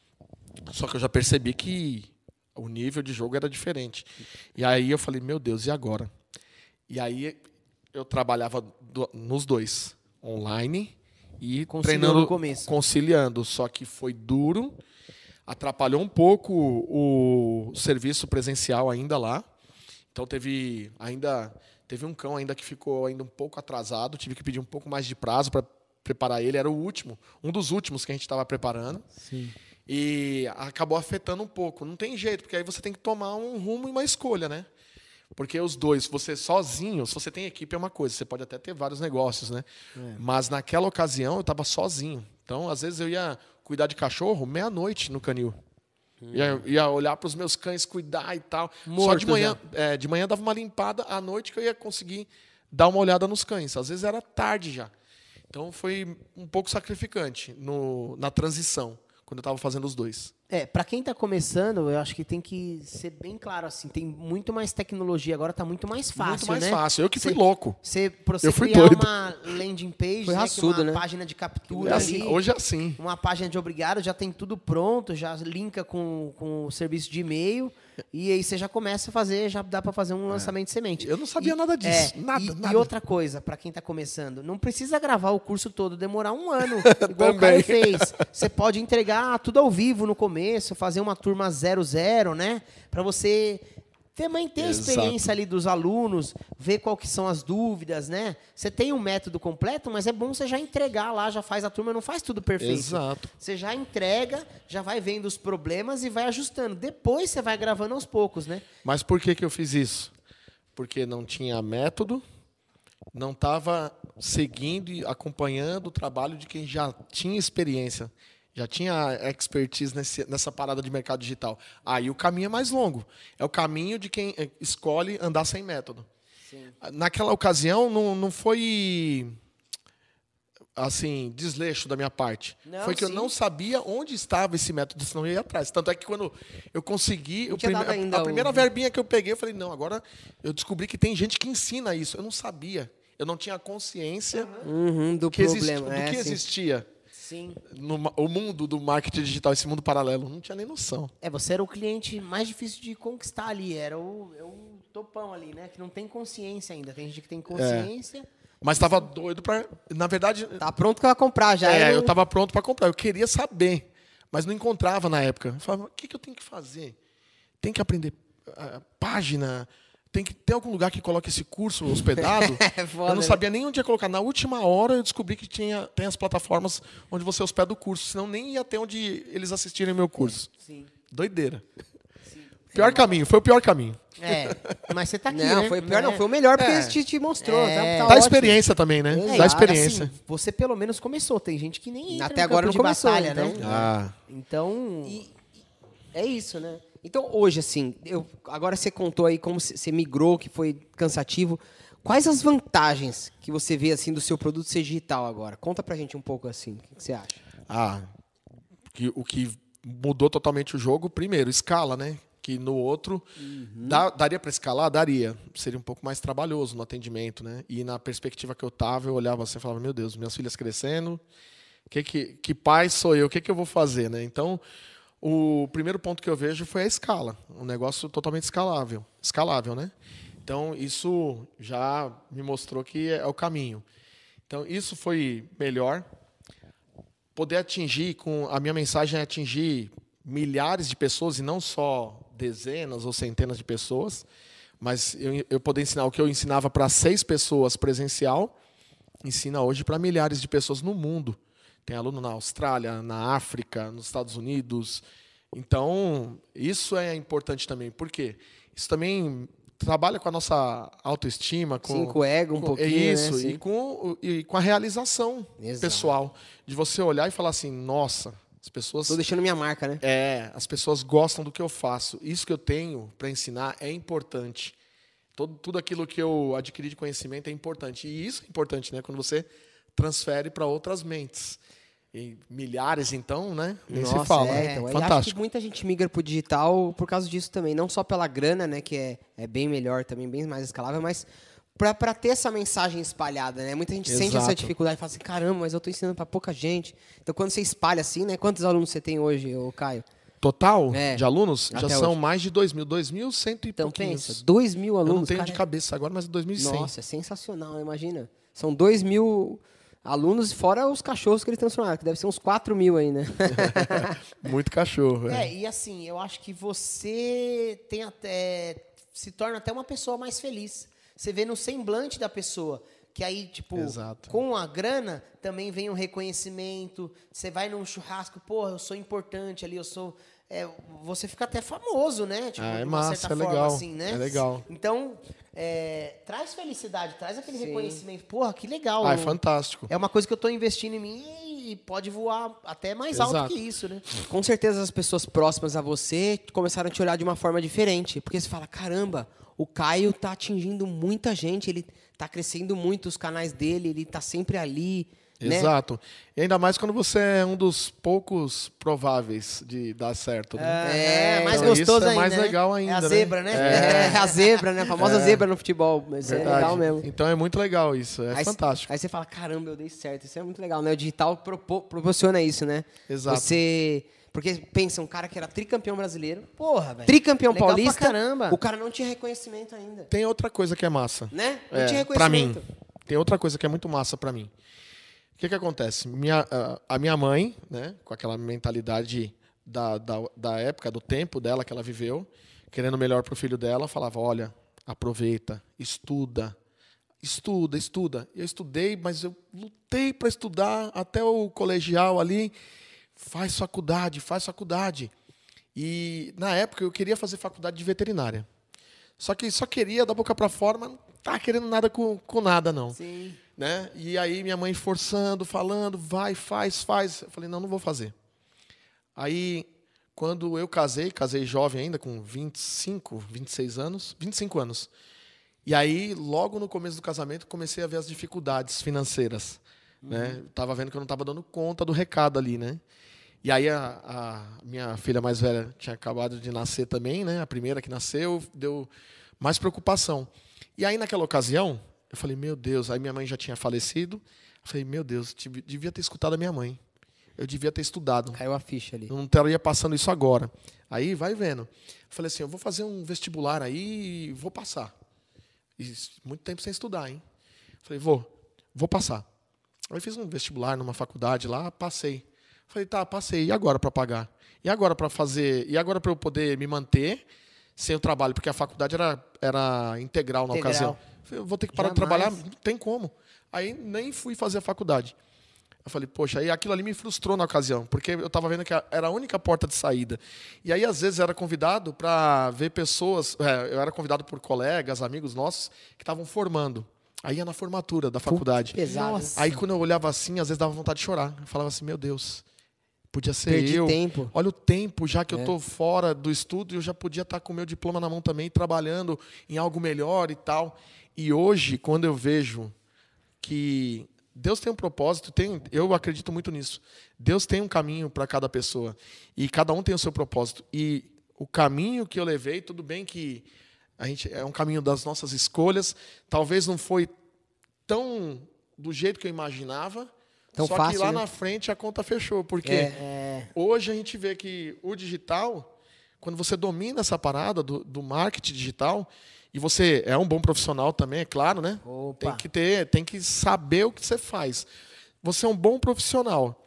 Só que eu já percebi que o nível de jogo era diferente. E aí eu falei, meu Deus, e agora? E aí eu trabalhava do, nos dois, online e Conciliou treinando, no começo. conciliando. Só que foi duro, atrapalhou um pouco o serviço presencial ainda lá. Então teve ainda teve um cão ainda que ficou ainda um pouco atrasado, tive que pedir um pouco mais de prazo para preparar ele, era o último, um dos últimos que a gente estava preparando. Sim. E acabou afetando um pouco. Não tem jeito, porque aí você tem que tomar um rumo e uma escolha, né? Porque os dois, você sozinho, se você tem equipe é uma coisa, você pode até ter vários negócios, né? É. Mas naquela ocasião eu estava sozinho. Então, às vezes eu ia cuidar de cachorro meia-noite no canil. Hum. Ia, ia olhar para os meus cães, cuidar e tal. Morto Só de manhã, é, de manhã dava uma limpada, à noite que eu ia conseguir dar uma olhada nos cães. Às vezes era tarde já. Então foi um pouco sacrificante no, na transição, quando eu estava fazendo os dois. É, para quem está começando, eu acho que tem que ser bem claro assim, tem muito mais tecnologia agora, tá muito mais fácil, Muito mais né? fácil. Eu que fui Cê, louco. Você para você eu fui criar doido. uma landing page, Foi né, raçudo, que é uma né? página de captura É assim, ali, hoje é assim. uma página de obrigado, já tem tudo pronto, já linka com, com o serviço de e-mail e aí você já começa a fazer, já dá para fazer um é. lançamento de semente. Eu não sabia e, nada disso, é, nada, e, nada. E outra coisa, para quem está começando, não precisa gravar o curso todo, demorar um ano, igual o Caio fez. Você pode entregar tudo ao vivo no começo, fazer uma turma zero zero, né? Para você também ter a experiência ali dos alunos, ver qual que são as dúvidas, né? Você tem um método completo, mas é bom você já entregar lá, já faz a turma, não faz tudo perfeito. Exato. Você já entrega, já vai vendo os problemas e vai ajustando. Depois você vai gravando aos poucos, né? Mas por que que eu fiz isso? Porque não tinha método, não estava seguindo e acompanhando o trabalho de quem já tinha experiência. Já tinha expertise nesse, nessa parada de mercado digital. Aí o caminho é mais longo. É o caminho de quem escolhe andar sem método. Sim. Naquela ocasião, não, não foi assim, desleixo da minha parte. Não, foi que sim. eu não sabia onde estava esse método, senão eu ia atrás. Tanto é que quando eu consegui, o prime a, a primeira o... verbinha que eu peguei, eu falei, não, agora eu descobri que tem gente que ensina isso. Eu não sabia. Eu não tinha consciência uhum, do, que problema. Existi, do é, que sim. existia. Sim. No, o mundo do marketing digital, esse mundo paralelo, não tinha nem noção. É, você era o cliente mais difícil de conquistar ali, era o, é o topão ali, né? Que não tem consciência ainda. Tem gente que tem consciência. É. Mas estava doido para, na verdade, tá pronto para comprar já. É, eu, eu estava pronto para comprar. Eu queria saber, mas não encontrava na época. Eu falava, o que, que eu tenho que fazer? Tem que aprender uh, página. Tem que ter algum lugar que coloque esse curso hospedado. É foda, eu não sabia nem onde ia colocar. Na última hora eu descobri que tinha, tem as plataformas onde você hospeda o curso, senão nem ia ter onde eles assistirem o meu curso. Sim. Doideira. Sim. Pior é, caminho, foi o pior caminho. É, mas você tá aqui, não, né? foi o pior, não, não, foi o melhor porque é. ele te, te mostrou. É. Tá, tá Dá ótimo. experiência também, né? É, Dá experiência. Assim, você pelo menos começou. Tem gente que nem entra até no agora campo não de começou, batalha, então. né? Ah. Então, e, é isso, né? Então, hoje, assim, eu, agora você contou aí como você migrou, que foi cansativo. Quais as vantagens que você vê, assim, do seu produto ser digital agora? Conta pra gente um pouco, assim, o que, que você acha? Ah, que, o que mudou totalmente o jogo, primeiro, escala, né? Que no outro, uhum. dá, daria para escalar? Daria. Seria um pouco mais trabalhoso no atendimento, né? E na perspectiva que eu tava, eu olhava assim e falava, meu Deus, minhas filhas crescendo, que, que, que pai sou eu? O que, que eu vou fazer, né? Então, o primeiro ponto que eu vejo foi a escala. Um negócio totalmente escalável. Escalável, né? Então, isso já me mostrou que é o caminho. Então, isso foi melhor. Poder atingir, com a minha mensagem é atingir milhares de pessoas e não só dezenas ou centenas de pessoas, mas eu, eu poder ensinar o que eu ensinava para seis pessoas presencial, ensina hoje para milhares de pessoas no mundo. Tem aluno na Austrália, na África, nos Estados Unidos. Então, isso é importante também. Por quê? Isso também trabalha com a nossa autoestima. Com, Sim, com o ego um com, pouquinho. É isso, né? e, com, e com a realização Exato. pessoal. De você olhar e falar assim, nossa, as pessoas... Estou deixando minha marca, né? É, as pessoas gostam do que eu faço. Isso que eu tenho para ensinar é importante. Todo, tudo aquilo que eu adquiri de conhecimento é importante. E isso é importante, né? Quando você transfere para outras mentes. E milhares, então, né? Nem Nossa, se fala. É, então, Fantástico. acho que muita gente migra pro digital por causa disso também. Não só pela grana, né? Que é, é bem melhor também, bem mais escalável, mas para ter essa mensagem espalhada, né? Muita gente Exato. sente essa dificuldade e fala assim, caramba, mas eu estou ensinando para pouca gente. Então, quando você espalha assim, né? Quantos alunos você tem hoje, ô Caio? Total É, de alunos já até são hoje. mais de dois mil. dois mil cento e Então, pouquinhos. pensa, dois mil alunos. Eu não tenho cara, de cabeça agora, mas dois mil e cem. Nossa, é sensacional, imagina. São dois mil alunos, fora os cachorros que eles transformaram, que deve ser uns quatro mil aí, né? Muito cachorro. É. É, e assim, eu acho que você tem até, se torna até uma pessoa mais feliz. Você vê no semblante da pessoa. Que aí, tipo, Exato. com a grana, também vem um reconhecimento. Você vai num churrasco, porra, eu sou importante ali, eu sou... É, você fica até famoso, né? Tipo, Ah, é de uma massa, certa é forma, legal, assim, né? é legal. Então, é, traz felicidade, traz aquele Sim. reconhecimento. Porra, que legal. Ah, é fantástico. É uma coisa que eu estou investindo em mim e pode voar até mais Exato. alto que isso, né? Com certeza as pessoas próximas a você começaram a te olhar de uma forma diferente. Porque você fala, caramba, o Caio tá atingindo muita gente, ele tá crescendo muito os canais dele, ele tá sempre ali. Né? Exato. E ainda mais quando você é um dos poucos prováveis de dar certo. Né? É, mais Então, gostoso isso é ainda. mais né? legal ainda, É a né? zebra, né? É, a zebra, né? A famosa zebra no futebol. Mas é Verdade. legal mesmo. Então é muito legal isso, é Aí, fantástico. Aí você fala, caramba, eu dei certo. Isso é muito legal, né? O digital propo- proporciona isso, né? Exato. Você... Porque pensa, um cara que era tricampeão brasileiro, Porra, velho. tricampeão Legal paulista, pra caramba. o cara não tinha reconhecimento ainda. Tem outra coisa que é massa. Né? Não É, tinha pra mim, reconhecimento. tem outra coisa que é muito massa pra mim. O que que acontece? Minha, a- a minha mãe, né, com aquela mentalidade da, da, da época, do tempo dela que ela viveu, querendo o melhor pro filho dela, falava, olha, aproveita, estuda, estuda, estuda. Eu estudei, mas eu lutei para estudar até o colegial ali. Faz faculdade, faz faculdade. E, na época, eu queria fazer faculdade de veterinária. Só que só queria da boca para fora, mas não estava querendo nada com, com nada, não. Sim. Né? E aí minha mãe forçando, falando, vai, faz, faz. Eu falei, não, não vou fazer. Aí, quando eu casei, casei jovem ainda, com vinte e cinco, vinte e seis anos, vinte e cinco anos. E aí, logo no começo do casamento, comecei a ver as dificuldades financeiras. Uhum. Né? Estava vendo que eu não estava dando conta do recado ali, né? E aí a, a minha filha mais velha tinha acabado de nascer também, né? A primeira que nasceu, deu mais preocupação. E aí, naquela ocasião, eu falei, meu Deus, aí minha mãe já tinha falecido. Eu falei, meu Deus, devia ter escutado a minha mãe. Eu devia ter estudado. Caiu a ficha ali. Eu não estaria passando isso agora. Aí, vai vendo. Eu falei assim, eu vou fazer um vestibular aí e vou passar. E muito tempo sem estudar, hein? Eu falei, vou, vou passar. Aí fiz um vestibular numa faculdade lá, passei. Falei, tá, passei. E agora para pagar? E agora para fazer? E agora para eu poder me manter sem o trabalho? Porque a faculdade era, era integral na Integral. ocasião. Falei, eu vou ter que parar Jamais. de trabalhar? Não tem como. Aí nem fui fazer a faculdade. Eu falei, poxa, aí aquilo ali me frustrou na ocasião, porque eu estava vendo que era a única porta de saída. E aí, às vezes, eu era convidado para ver pessoas, é, eu era convidado por colegas, amigos nossos, que estavam formando. Aí ia na formatura da faculdade. Pesado. Nossa. Aí, quando eu olhava assim, às vezes dava vontade de chorar. Eu falava assim, meu Deus, podia ser Perdi eu. tempo. Olha o tempo, já que É. eu estou fora do estudo, eu já podia estar com o meu diploma na mão também, trabalhando em algo melhor e tal. E hoje, quando eu vejo que Deus tem um propósito, tem, eu acredito muito nisso. Deus tem um caminho para cada pessoa. E cada um tem o seu propósito. E o caminho que eu levei, tudo bem que a gente é um caminho das nossas escolhas. Talvez não foi tão do jeito que eu imaginava. Tão só fácil, que lá né? na frente a conta fechou. Porque É. hoje a gente vê que o digital, quando você domina essa parada do, do marketing digital, e você é um bom profissional também, é claro, né? Opa. Tem que ter, tem que saber o que você faz. Você é um bom profissional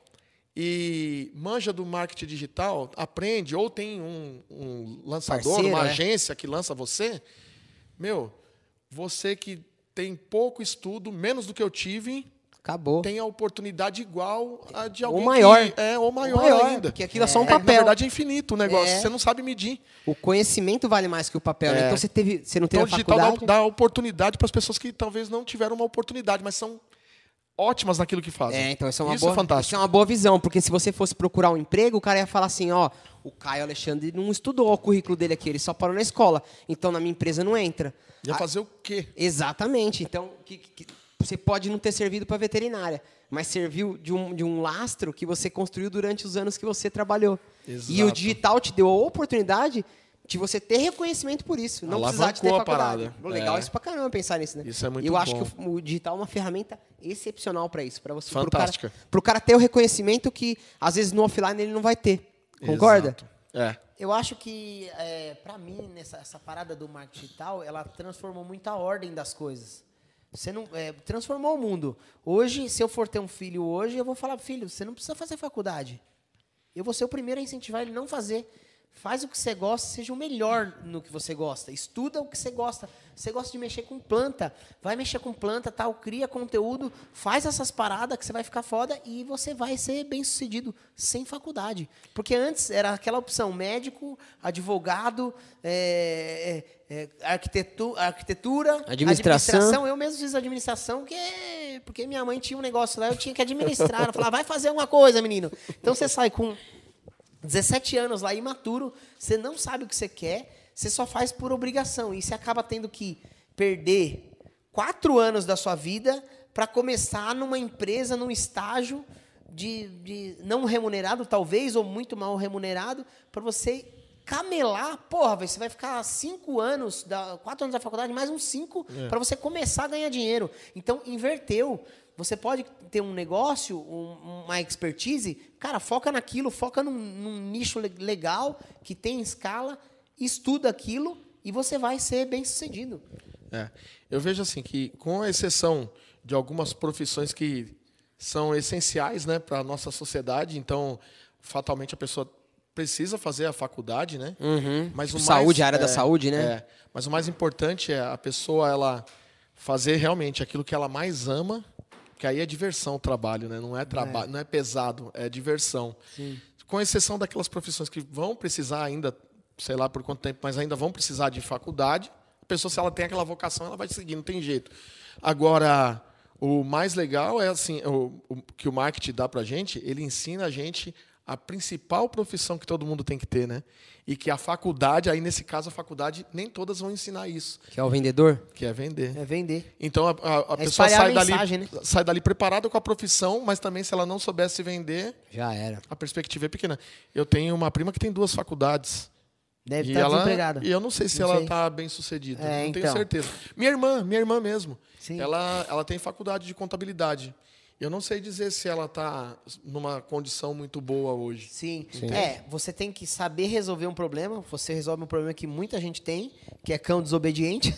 e manja do marketing digital, aprende, ou tem um, um lançador, Parceiro, uma é. agência que lança você, meu, você que tem pouco estudo, menos do que eu tive, Acabou. tem a oportunidade igual a de Ou alguém maior. que é ou maior, Ou maior, ainda. porque aquilo é só um É, papel. Na verdade é infinito o negócio, É. você não sabe medir. O conhecimento vale mais que o papel, né? É. Então você, teve, você não teve Então o a digital dá, faculdade... dá oportunidade para as pessoas que talvez não tiveram uma oportunidade, mas são ótimas naquilo que fazem. É, então isso é uma Isso boa, é fantástico. isso é uma boa visão, porque se você fosse procurar um emprego, o cara ia falar assim, ó, o Caio Alexandre não estudou o currículo dele aqui, ele só parou na escola, então na minha empresa não entra. Ia Ah, fazer o quê? Exatamente. Então, que, que, você pode não ter servido para veterinária, mas serviu de um, de um lastro que você construiu durante os anos que você trabalhou. Exato. E o digital te deu a oportunidade de você ter reconhecimento por isso, não precisar de ter Alavancou a faculdade. parada. Legal É. isso pra caramba pensar nisso, né? Isso é muito E eu acho bom. que o, o digital é uma ferramenta excepcional para isso, para você Fantástica. Para o cara ter o reconhecimento que às vezes no offline ele não vai ter. Concorda? Exato. É. Eu acho que, é, para mim, nessa essa parada do marketing digital, ela transformou muito a ordem das coisas. Você não é, transformou o mundo. Hoje, se eu for ter um filho hoje, eu vou falar, filho, você não precisa fazer faculdade. Eu vou ser o primeiro a incentivar ele a não fazer. Faz o que você gosta, seja o melhor no que você gosta. Estuda o que você gosta. Você gosta de mexer com planta, vai mexer com planta, tal, cria conteúdo, faz essas paradas que você vai ficar foda e você vai ser bem-sucedido sem faculdade. Porque antes era aquela opção médico, advogado, é, é, é, arquitetu, arquitetura, Administração. administração. Eu mesmo fiz administração porque, porque minha mãe tinha um negócio lá, eu tinha que administrar. Ela falava, vai fazer alguma coisa, menino. Então você sai com dezessete anos lá, imaturo, você não sabe o que você quer, você só faz por obrigação. E você acaba tendo que perder quatro anos da sua vida para começar numa empresa, num estágio de, de não remunerado, talvez, ou muito mal remunerado, para você camelar. Porra, véio, você vai ficar cinco anos, da, quatro anos da faculdade, mais uns cinco, É. para você começar a ganhar dinheiro. Então, inverteu. Você pode ter um negócio, um, uma expertise, cara, foca naquilo, foca num, num nicho le- legal, que tem escala, estuda aquilo e você vai ser bem sucedido. É. Eu vejo assim que, com a exceção de algumas profissões que são essenciais, né, para a nossa sociedade, então, fatalmente, a pessoa precisa fazer a faculdade, né? Uhum. Mas Tipo, o saúde, mais, a área da é, saúde, né? É. Mas o mais importante é a pessoa ela fazer realmente aquilo que ela mais ama, que aí é diversão o trabalho, né? Não é trabalho, não é pesado, é diversão. Sim. Com exceção daquelas profissões que vão precisar ainda, sei lá por quanto tempo, mas ainda vão precisar de faculdade, a pessoa, se ela tem aquela vocação, ela vai seguir, não tem jeito. Agora, o mais legal é assim, o, o que o marketing dá pra gente, ele ensina a gente a principal profissão que todo mundo tem que ter, né? E que a faculdade, aí nesse caso a faculdade, nem todas vão ensinar isso, Que é o vendedor. que é vender. É vender. Então a, a- a É pessoa espalhar a sai, mensagem, dali, né? sai dali preparada com a profissão, mas também se ela não soubesse vender, Já era. a perspectiva é pequena. Eu tenho uma prima que tem duas faculdades. Deve E estar ela, desempregada. e eu não sei se Não ela sei. está bem sucedida. É, não tenho então. certeza. Minha irmã, minha irmã mesmo. Sim. Ela, ela tem faculdade de contabilidade. Eu não sei dizer se ela está numa condição muito boa hoje. Sim. Sim. É, você tem que saber resolver um problema. Você resolve um problema que muita gente tem, que é cão desobediente.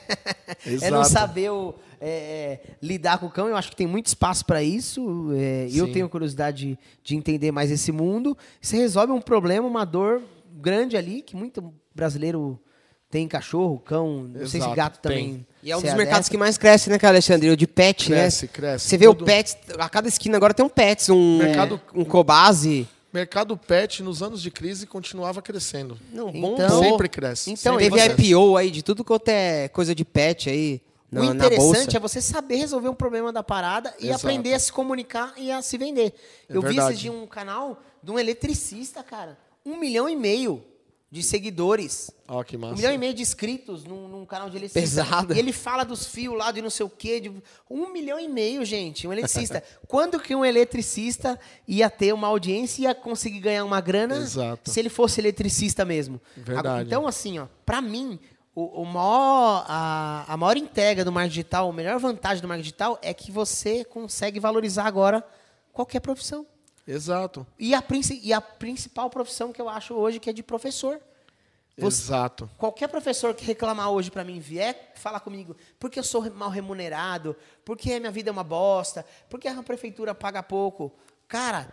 É não Exato. saber o, é, é, lidar com o cão. Eu acho que tem muito espaço para isso. É, eu Sim. tenho curiosidade de, de entender mais esse mundo. Você resolve um problema, uma dor grande ali, que muito brasileiro tem cachorro, cão, não sei se Exato, gato tem. também. E é um se dos mercados adapta. que mais cresce, né, cara, Alexandre? O de pet, Cresce, né? cresce. Você vê Tudo- o pet, a cada esquina agora tem um pets, um, Mercado- um cobase. Mercado pet, nos anos de crise, continuava crescendo. Não, Então- bombou. Sempre cresce. Então, sempre e Teve você- cresce. I P O aí de tudo quanto é coisa de pet aí na, O na interessante bolsa. é você saber resolver um problema da parada e Exato. aprender a se comunicar e a se vender. É Eu vi verdade. esses de um canal de um eletricista, cara. Um milhão e meio de seguidores. Ó, que massa. Um milhão e meio de inscritos num, num canal de eletricista. Pesado. E ele fala dos fios lá de não sei o quê. De um milhão e meio, gente. Um eletricista. Quando que um eletricista ia ter uma audiência e ia conseguir ganhar uma grana Exato. se ele fosse eletricista mesmo? Verdade. Então, assim, ó, pra mim, o, o maior, a, a maior entrega do marketing digital, a melhor vantagem do marketing digital é que você consegue valorizar agora qualquer profissão. Exato. E a, princi- e a principal profissão que eu acho hoje que é de professor. Você- Exato. Qualquer professor que reclamar hoje para mim, vier falar comigo, porque eu sou mal remunerado, porque a minha vida é uma bosta, porque a prefeitura paga pouco. Cara,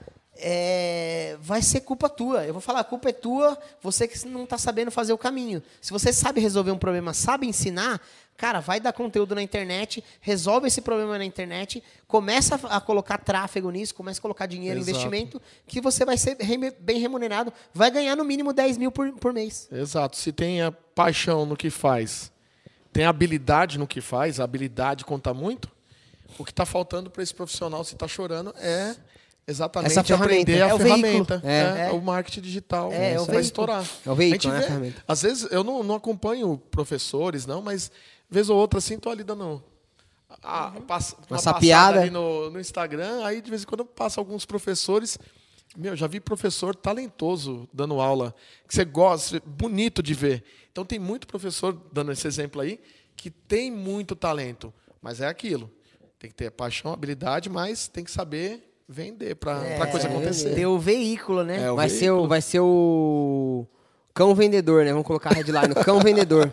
é, vai ser culpa tua. Eu vou falar, a culpa é tua, você que não está sabendo fazer o caminho. Se você sabe resolver um problema, sabe ensinar, cara, vai dar conteúdo na internet, resolve esse problema na internet, começa a a colocar tráfego nisso, começa a colocar dinheiro, Exato. investimento, que você vai ser reme- bem remunerado, vai ganhar no mínimo dez mil por, por mês. Exato. Se tem a paixão no que faz, tem habilidade no que faz, a habilidade conta muito, o que está faltando para esse profissional, se está chorando, é exatamente Essa ferramenta. aprender a É o ferramenta. veículo. É, É. o marketing digital. É, é o vai veículo. estourar. É o veículo, A né, a gente vê, ferramenta. às vezes, eu não, não acompanho professores, não, mas vez ou outra, assim, estou ali dando a, passa, uma Essa passada piada. ali no, no Instagram, aí de vez em quando passa alguns professores. Meu, já vi professor talentoso dando aula, que você gosta, bonito de ver. Então tem muito professor, dando esse exemplo aí, que tem muito talento, mas é aquilo. Tem que ter paixão, habilidade, mas tem que saber vender para É, a coisa acontecer. Ter o veículo, né? É, o Vai ser, veículo. o, vai ser o cão vendedor, né? Vamos colocar a headline, o cão vendedor.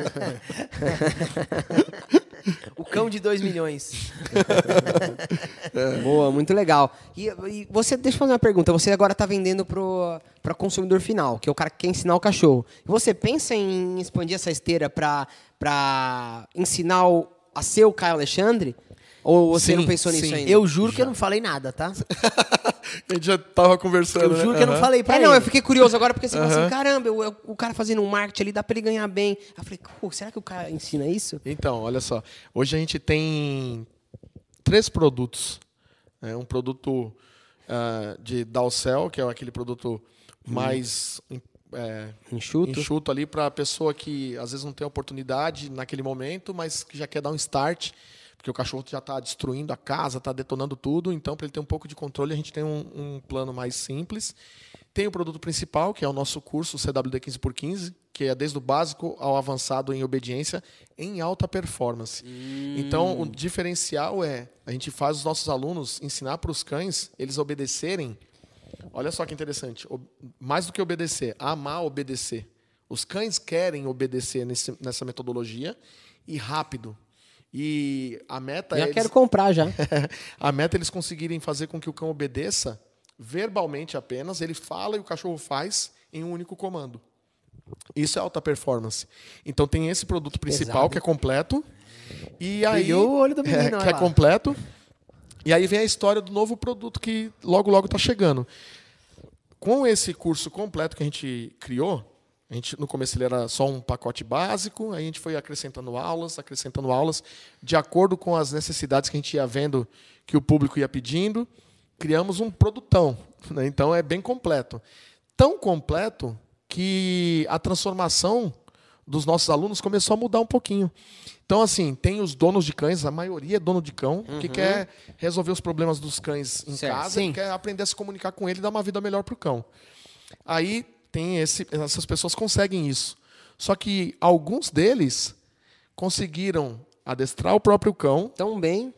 O cão de dois milhões. Boa, muito legal. E, e você, deixa eu fazer uma pergunta. Você agora está vendendo para consumidor final, que é o cara que quer ensinar o cachorro. Você pensa em expandir essa esteira para ensinar o, a ser o Caio Alexandre? Ou você Sim, não pensou nisso sim. ainda? Eu juro que eu não falei nada, tá? A gente já tava conversando, Eu juro né? que eu não Aham. falei pra É, ele. não, eu fiquei curioso agora, porque você fala Aham. assim, caramba, eu- eu- o cara fazendo um marketing ali, dá pra ele ganhar bem. Aí eu falei, "Pô, será que o cara ensina isso?" Então, olha só. Hoje a gente tem três produtos. Né? Um produto ah, de Dalcel, que é aquele produto mais é, Enxuto. enxuto ali para a pessoa que às vezes não tem oportunidade naquele momento, mas que já quer dar um start, porque o cachorro já está destruindo a casa, está detonando tudo. Então, para ele ter um pouco de controle, a gente tem um, um plano mais simples. Tem o produto principal, que é o nosso curso C W D quinze por quinze, que é desde o básico ao avançado em obediência, em alta performance. Então, o diferencial é, a gente faz os nossos alunos ensinar para os cães, eles obedecerem. Olha só que interessante, ob- mais do que obedecer, amar obedecer. Os cães querem obedecer nesse, nessa metodologia e rápido. E a meta Já é quero eles, comprar já. a meta é eles conseguirem fazer com que o cão obedeça verbalmente apenas, ele fala e o cachorro faz em um único comando. Isso é alta performance. Então tem esse produto principal pesado, que é completo. E aí Brilhou o olho do menino, é, olha que é lá. completo. E aí vem a história do novo produto que logo logo está chegando. Com esse curso completo que a gente criou, a gente, no começo ele era só um pacote básico, aí a gente foi acrescentando aulas, acrescentando aulas, de acordo com as necessidades que a gente ia vendo que o público ia pedindo, criamos um produtão. Né? Então é bem completo. Tão completo que a transformação dos nossos alunos começou a mudar um pouquinho. Então, assim, tem os donos de cães, a maioria é dono de cão, que quer resolver os problemas dos cães em Certo, casa, sim. e quer aprender a se comunicar com ele e dar uma vida melhor para o cão. Aí tem esse, essas pessoas conseguem isso. Só que alguns deles conseguiram adestrar o próprio cão Tão bem.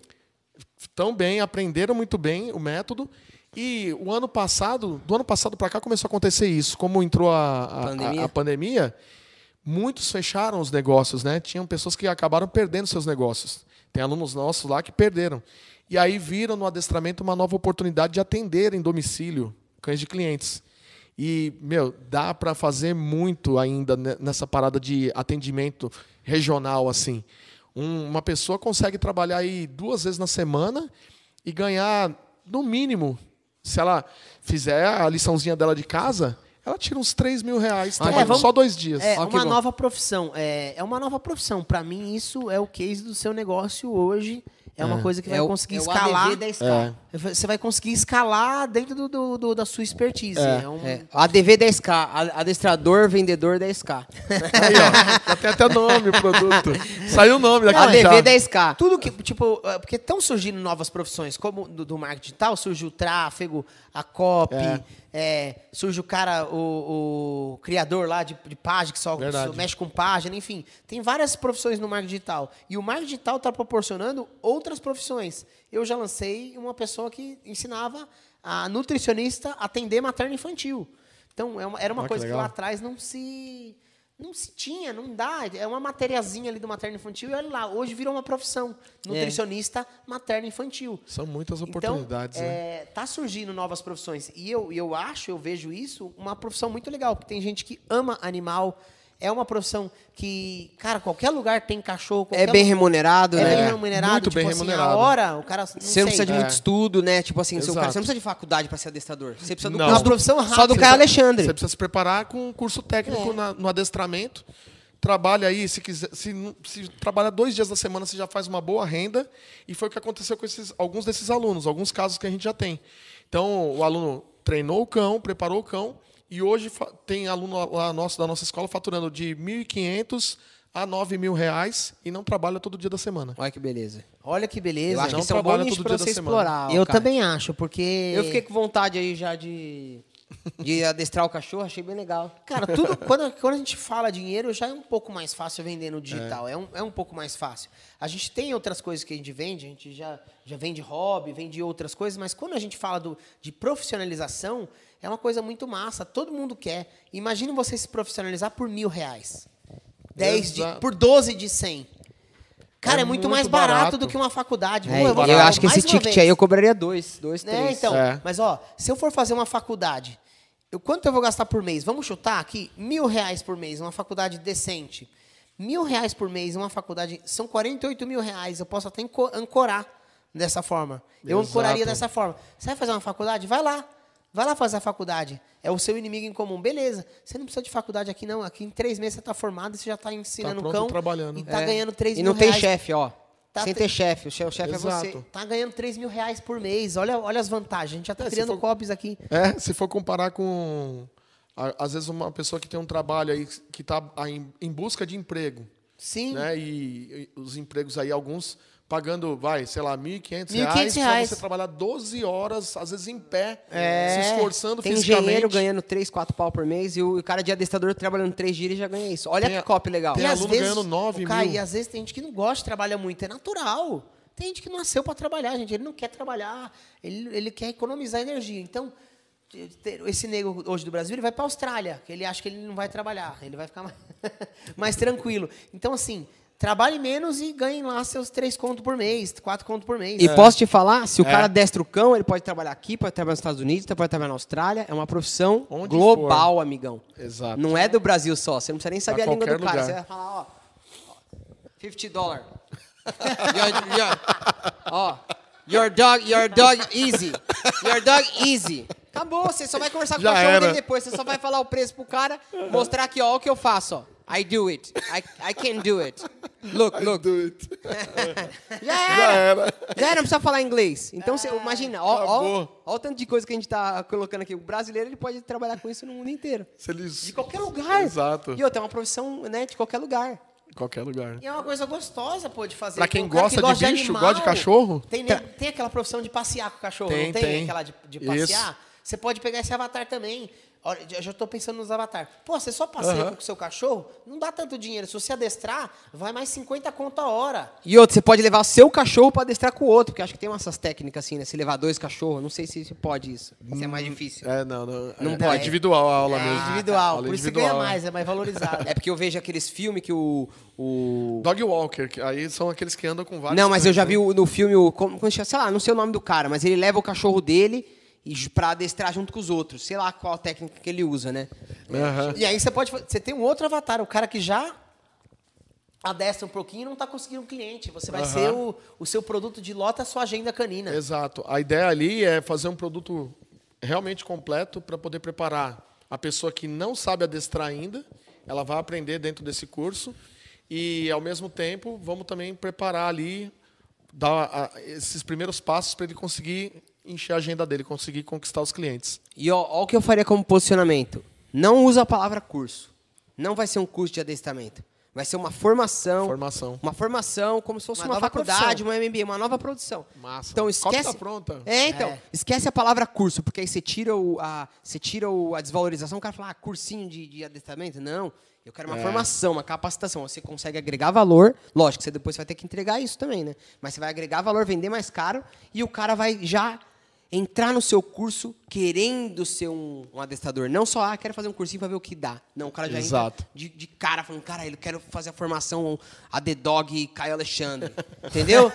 tão bem, aprenderam muito bem o método. E o ano passado, do ano passado para cá começou a acontecer isso. Como entrou a, a, Pandemia. a, a pandemia, muitos fecharam os negócios, né? Tinham pessoas que acabaram perdendo seus negócios. Tem alunos nossos lá que perderam. E aí viram no adestramento uma nova oportunidade de atender em domicílio cães de clientes. E, meu, dá para fazer muito ainda ne- nessa parada de atendimento regional, assim. Um- uma pessoa consegue trabalhar aí duas vezes na semana e ganhar, no mínimo, se ela fizer a liçãozinha dela de casa, ela tira uns três mil reais, trabalhando vamos- só dois dias. É Ó, que uma bom. nova profissão. É, é uma nova profissão. Pra mim, isso é o case do seu negócio hoje. É uma coisa que vai É o, conseguir é o escalar. A D V da escala. Você vai conseguir escalar dentro do, do- do- da sua expertise. É. É um- É, A D V dez K, a- adestrador, vendedor dez K. Aí, ó, já tem até nome o produto. Saiu o nome daqui A D V já. dez K. Tudo que, tipo, é, porque estão surgindo novas profissões, como do, do marketing digital, surge o tráfego, a copy, É. é, surge o cara, o, o criador lá de, de página, que só, Verdade. só mexe com página, enfim. Tem várias profissões no marketing digital. E o marketing digital está proporcionando outras profissões. Eu já lancei uma pessoa que ensinava a nutricionista a atender materno infantil. Então, é uma- era uma Ah, que coisa que legal. lá atrás não se... Não se tinha, não dá. É uma materiazinha ali do materno infantil e olha lá, hoje virou uma profissão. Nutricionista materno infantil. São muitas oportunidades, então, né? é, tá surgindo novas profissões. E eu, eu acho, eu vejo isso uma profissão muito legal, porque tem gente que ama animal. É uma profissão que, cara, qualquer lugar tem cachorro. É qualquer bem lu- remunerado, É né? bem remunerado. Muito tipo bem assim, remunerado. a hora, o cara. Não Você não sei. precisa de muito É. estudo, né? Tipo assim, seu cara, Exato. você não precisa de faculdade para ser adestrador. Você precisa do Não. É uma curso do- profissão só rápida. do Caio Alexandre. Você precisa se preparar com um curso técnico É. na- no adestramento. Trabalha aí, se quiser, se, não- se trabalha dois dias da semana, você já faz uma boa renda. E foi o que aconteceu com esses, alguns desses alunos, alguns casos que a gente já tem. Então, o aluno treinou o cão, preparou o cão, e hoje fa- tem aluno lá nosso da nossa escola faturando de mil e quinhentos a nove mil reais e não trabalha todo dia da semana. Olha que beleza. Olha que beleza. Eu acho não que esse é um bom trabalha nicho todo pra dia você da semana. explorar. ó, Eu cara. também acho, porque... Eu fiquei com vontade aí já de, de adestrar o cachorro, achei bem legal. Cara, tudo, quando, quando a gente fala dinheiro, já é um pouco mais fácil vender no digital. É, é, um, é um pouco mais fácil. A gente tem outras coisas que a gente vende, a gente já, já vende hobby, vende outras coisas, mas quando a gente fala do, de profissionalização, é uma coisa muito massa. Todo mundo quer. Imagina você se profissionalizar por mil reais. dez de, por doze de cem. Cara, é, é muito, muito mais barato, barato do que uma faculdade. É, Pô, eu, eu falar, acho que esse ticket aí eu cobraria dois, dois, três. É, então, É. mas ó, se eu for fazer uma faculdade, eu, quanto eu vou gastar por mês? Vamos chutar aqui, mil reais por mês, uma faculdade decente. Mil reais por mês, uma faculdade, são quarenta e oito mil reais. Eu posso até ancorar dessa forma. Eu Exato. ancoraria dessa forma. Você vai fazer uma faculdade? Vai lá. Vai lá fazer a faculdade. É o seu inimigo em comum. Beleza. Você não precisa de faculdade aqui, não. Aqui em três meses você está formado e você já está ensinando Tá o cão. trabalhando. E está É. ganhando três E mil não tem reais. chefe, ó. Tá Sem te- ter chefe. O chefe é Exato. você. Tá ganhando três mil reais por mês. Olha, olha as vantagens. A gente já está É, se criando for- copies aqui. É, se for comparar com, a- às vezes, uma pessoa que tem um trabalho aí que está em, em busca de emprego, Sim. né? E, e os empregos aí, alguns pagando, vai, sei lá, mil e quinhentos mil e quinhentos reais para reais. você trabalhar doze horas, às vezes em pé, É. se esforçando Tem fisicamente. engenheiro ganhando três, quatro pau por mês e o cara de adestrador trabalhando três dias e já ganha isso. Olha Tem que a- copy legal. tem E a- às aluno vezes, ganhando nove o Caio, mil. E às vezes tem gente que não gosta de trabalhar muito. É natural. Tem gente que nasceu para trabalhar, gente. Ele não quer trabalhar. Ele, ele quer economizar energia. Então, ter- esse nego hoje do Brasil, ele vai para a Austrália. Que ele acha que ele não vai trabalhar. Ele vai ficar mais, mais tranquilo. Então, assim, trabalhe menos e ganhe lá seus três contos por mês, quatro contos por mês. E posso te falar, se o É. cara destra o cão, ele pode trabalhar aqui, pode trabalhar nos Estados Unidos, pode trabalhar na Austrália. É uma profissão Onde global, for. amigão. Exato. Não é do Brasil só. Você não precisa nem saber a Pra língua do qualquer cara. lugar. Você vai falar, ó, fifty dólares. your, your, ó, your dog, your dog easy. Your dog easy. Acabou, você só vai conversar com o Já cachorro era. dele depois. Você só vai falar o preço pro cara, mostrar aqui, ó, o que eu faço, ó. I do it. I, I can do it. Look, look. Do it. Já era. Já era. Já era, não precisa falar inglês. Então, você imagina, ó, ó, acabou. ó o tanto de coisa que a gente tá colocando aqui. O brasileiro ele pode trabalhar com isso no mundo inteiro. Se eles... De qualquer lugar. Exato. E outra, é uma profissão, né, de qualquer lugar. Qualquer lugar. E é uma coisa gostosa, pô, de fazer. Pra quem O cara gosta que de bicho, animal, gosta de cachorro. Tem, ne- tem aquela profissão de passear com o cachorro, Tem, não tem? tem. Aquela de, de Isso. passear. Você pode pegar esse avatar também. Olha, eu já estou pensando nos avatares. Pô, você só passeia Aham. com o seu cachorro, não dá tanto dinheiro. Se você adestrar, vai mais cinquenta conto a hora. E outra, você pode levar o seu cachorro pra adestrar com o outro, porque acho que tem essas técnicas assim, né? Se levar dois cachorros, não sei se se pode isso. Isso é mais difícil. É, não, não. Não é, pode. É individual a aula É mesmo. individual, Aula por isso você individual, ganha é. mais, é mais valorizado. É porque eu vejo aqueles filmes que o... o... Dog Walker, que aí são aqueles que andam com vários. Não, mas eu cães, já né? vi o- no filme, o, como, como chama? Sei lá, não sei o nome do cara, mas ele leva o cachorro dele e j- pra adestrar junto com os outros. Sei lá qual a técnica que ele usa, né? Aham. E aí você pode. fa- Você tem um outro avatar, o cara que já adestra um pouquinho e não está conseguindo um cliente. Você vai Aham. ser o, o seu produto de lota, a sua agenda canina. Exato. A ideia ali é fazer um produto realmente completo para poder preparar a pessoa que não sabe adestrar ainda. Ela vai aprender dentro desse curso e, ao mesmo tempo, vamos também preparar ali, dar a- esses primeiros passos para ele conseguir encher a agenda dele, conseguir conquistar os clientes. E ó, ó o que eu faria como posicionamento. Não usa a palavra curso. Não vai ser um curso de adestramento. Vai ser uma formação. Formação. Uma formação como se fosse Uma uma, nova faculdade, profissão. uma M M B, uma nova produção. Massa. Então Cópia esquece. tá pronta. É, então. É. Esquece a palavra curso, porque aí você tira, o, a, você tira o, a desvalorização. O cara fala, ah, cursinho de, de adestramento? Não. Eu quero uma É. formação, uma capacitação. Você consegue agregar valor. Lógico, você depois vai ter que entregar isso também, né? Mas você vai agregar valor, vender mais caro e o cara vai já entrar no seu curso querendo ser um, um adestrador. Não só, ah, quero fazer um cursinho para ver o que dá. Não, o cara já Exato. entra de, de cara falando, cara, eu quero fazer a formação A The Dog Caio Alexandre. Entendeu?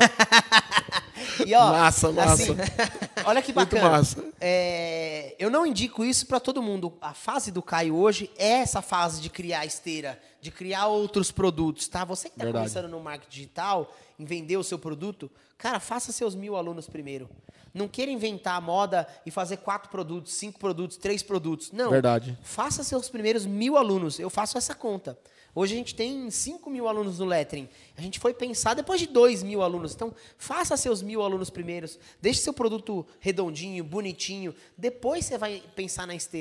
E, ó, Massa, massa. assim, olha que Muito bacana. massa. É, eu não indico isso para todo mundo. A fase do Caio hoje é essa fase de criar esteira, de criar outros produtos, tá? Você que está Verdade. começando no marketing digital, em vender o seu produto, cara, faça seus mil alunos primeiro. Não queira inventar a moda e fazer quatro produtos, cinco produtos, três produtos. Não. Verdade. Faça seus primeiros mil alunos. Eu faço essa conta. Hoje a gente tem cinco mil alunos no Lettering. A gente foi pensar depois de dois mil alunos. Então, faça seus mil alunos primeiros. Deixe seu produto redondinho, bonitinho. Depois você vai pensar na esteira.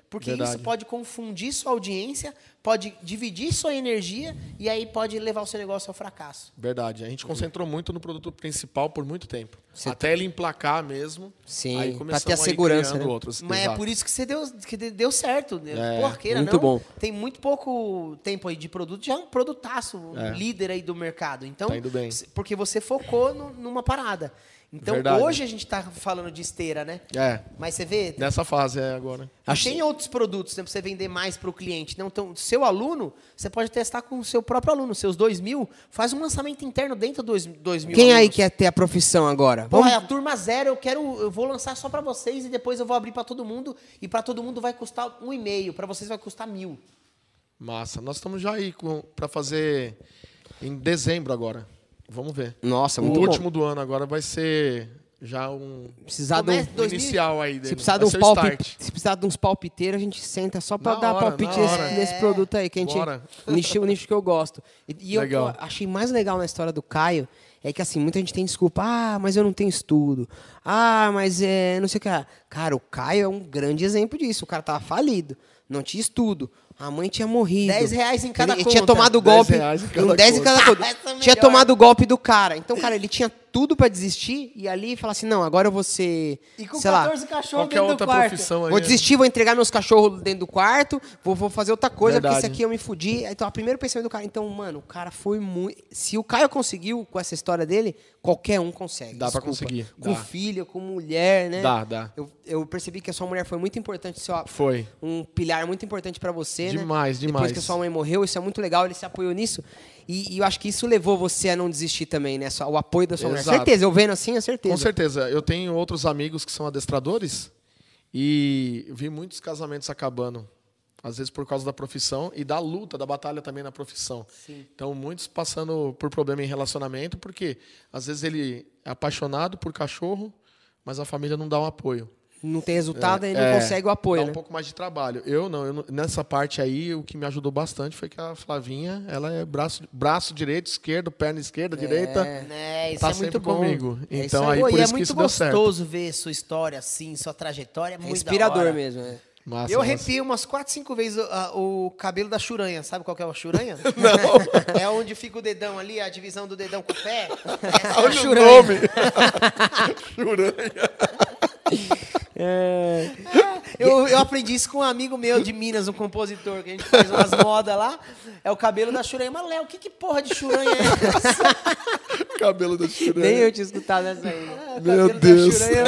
Porque Verdade. isso pode confundir sua audiência, pode dividir sua energia e aí pode levar o seu negócio ao fracasso. Verdade. A gente concentrou muito no produto principal por muito tempo. Cê... Até ele emplacar mesmo. Sim, aí pra ter a segurança, né? Outros. Mas Exato. é por isso que você deu, que deu certo. É, Porra, queira, muito não, bom. Tem muito pouco tempo aí de produto, já é um produtaço, um É. líder aí do mercado. Então, Tá indo bem. porque você focou no- numa parada. Então, Verdade. hoje a gente tá falando de esteira, né? É, Mas você vê, nessa fase é agora. e tem outros produtos, né, pra você vender mais para o cliente. Não, então, seu aluno, você pode testar com o seu próprio aluno. Seus dois mil, faz um lançamento interno dentro dos dois mil Quem aí alunos. quer ter a profissão agora? Porra, Vamos... é a turma zero, eu quero, eu vou lançar só para vocês e depois eu vou abrir para todo mundo. E para todo mundo vai custar um e meio, para vocês vai custar mil. Massa. Nós estamos já aí para fazer em dezembro agora. Vamos ver. Nossa, O muito último bom. do ano agora vai ser já um Precisar de um... Comece- um dois mil inicial aí dele. Se precisar, de Vai uns ser o palpite... start. Se precisar de uns palpiteiros, a gente senta só pra Na dar hora, palpite na nesse, hora. nesse produto aí. Que a gente... Bora. O nicho, o nicho que eu gosto. E, e eu, Legal. eu achei mais legal na história do Caio é que assim, muita gente tem desculpa. Ah, mas eu não tenho estudo. Ah, mas é não sei o que. Cara, o Caio é um grande exemplo disso. O cara tava falido. Não tinha estudo. A mãe tinha morrido. dez reais em cada ele, ele conta. tinha tomado o dez golpe. reais em cada um dez em conta. cada conta. Essa é Tinha melhor. tomado o golpe do cara. Então, cara, ele tinha tudo pra desistir e ali falar assim: não, agora eu vou ser. E com sei lá, quatorze cachorros Qualquer dentro do outra quarto. profissão aí. vou desistir, vou entregar meus cachorros dentro do quarto, vou, vou fazer outra coisa, Verdade. porque esse aqui eu me fudi. Então, o primeiro pensamento do cara. Então, mano, o cara foi muito. Se o Caio conseguiu com essa história dele, qualquer um consegue. Dá pra desculpa. conseguir, Com dá. filho, com mulher, né? Dá, dá. Eu, eu percebi que a sua mulher foi muito importante, seu, Foi. um pilar muito importante pra você, né? Demais, Depois demais. que a sua mãe morreu, isso é muito legal, ele se apoiou nisso. E, e eu acho que isso levou você a não desistir também, né? Só o apoio da sua mulher. Exato. Certeza, eu vendo assim, é certeza. Com certeza. Eu tenho outros amigos que são adestradores e vi muitos casamentos acabando. Às vezes por causa da profissão e da luta, da batalha também na profissão. Sim. Então, muitos passando por problema em relacionamento, porque às vezes ele é apaixonado por cachorro, mas a família não dá um apoio. Não tem resultado e não É, consegue o apoio, dá um né? pouco mais de trabalho. Eu não, eu não- nessa parte aí, o que me ajudou bastante foi que a Flavinha, ela é braço, braço direito, esquerdo, perna esquerda, direita. É, isso Tá é muito sempre bom. comigo. É Então, isso aí, Pô, por e é isso que muito isso deu certo. gostoso ver sua história assim, sua trajetória. É É muito inspirador da hora. mesmo, né? Massa, Eu massa. arrepio umas quatro, cinco vezes o, a- o cabelo da churanha. Sabe qual que é a churanha? Não. É onde fica o dedão ali, a divisão do dedão com o pé. Essa é a Olha o churanha. nome. Churanha. É... Eu, eu aprendi isso com um amigo meu de Minas, um compositor, que a gente faz umas modas lá. É o cabelo da churanha. Mas, Léo, que, que porra de churanha é essa? Cabelo da churanha. Nem eu tinha escutado essa aí. Ah, Meu cabelo da Deus. churanha.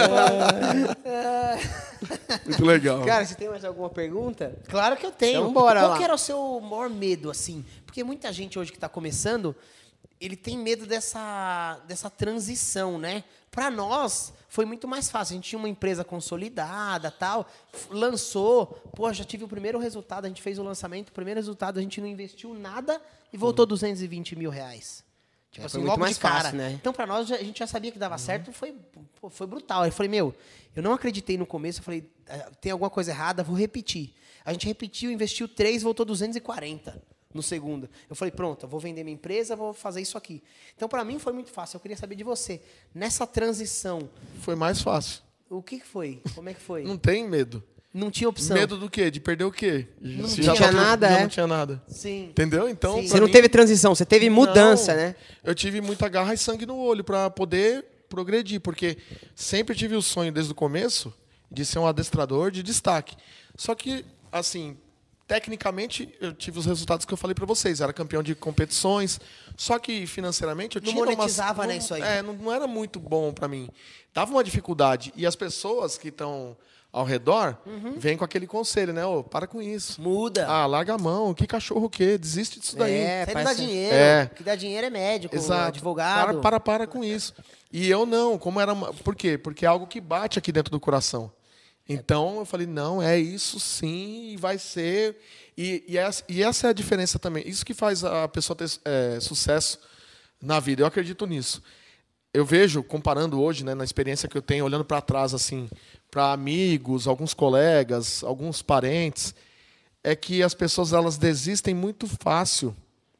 Muito legal. Cara, você tem mais alguma pergunta? Claro que eu tenho. Então, bora Qual lá. que era o seu maior medo, assim? Porque muita gente hoje que está começando, ele tem medo dessa, dessa transição, né? Para nós, foi muito mais fácil. A gente tinha uma empresa consolidada, tal, f- lançou, pô, já tive o primeiro resultado, a gente fez o lançamento, o primeiro resultado, a gente não investiu nada e voltou duzentos e vinte mil reais. Tipo É, assim, foi muito logo mais de cara. fácil, né? Então, para nós, já- a gente já sabia que dava certo, foi, pô, foi brutal. Aí eu falei, meu, eu não acreditei no começo, eu falei, "Ah, tem alguma coisa errada, vou repetir. A gente repetiu, investiu três, voltou duzentos e quarenta no segundo. Eu falei, pronto, eu vou vender minha empresa, vou fazer isso aqui. Então, para mim, foi muito fácil. Eu queria saber de você. Nessa transição, Foi mais fácil. o que que foi? Como é que foi? Não tem medo. Não tinha opção. Medo do quê? De perder o quê? Não Se tinha já tá- nada, já é. Não tinha nada. Sim. Entendeu? Então, Sim. pra Você não mim, teve transição, você teve mudança, não. né? Eu tive muita garra e sangue no olho para poder progredir, porque sempre tive o sonho desde o começo de ser um adestrador de destaque. Só que, assim, tecnicamente eu tive os resultados que eu falei para vocês. Era campeão de competições, só que financeiramente eu Não tinha monetizava, umas, né, não- isso aí. É, não, não era muito bom para mim. Dava uma dificuldade e as pessoas que estão ao redor Uhum. vêm com aquele conselho, né? Ô, para com isso. Muda. Ah, larga a mão. Que cachorro o quê? Desiste disso daí. É, Isso aí não dá parece- dinheiro. É. O que dá dinheiro é médico, Exato. advogado. Para, para, para com isso. E eu não, como era. uma- Por quê? Porque é algo que bate aqui dentro do coração. Então eu falei, não, é isso sim, e vai ser. E, e, essa, e essa é a diferença também. Isso que faz a pessoa ter é, sucesso na vida. Eu acredito nisso. Eu vejo, comparando hoje, né, na experiência que eu tenho, olhando para trás, assim, para amigos, alguns colegas, alguns parentes, é que as pessoas elas desistem muito fácil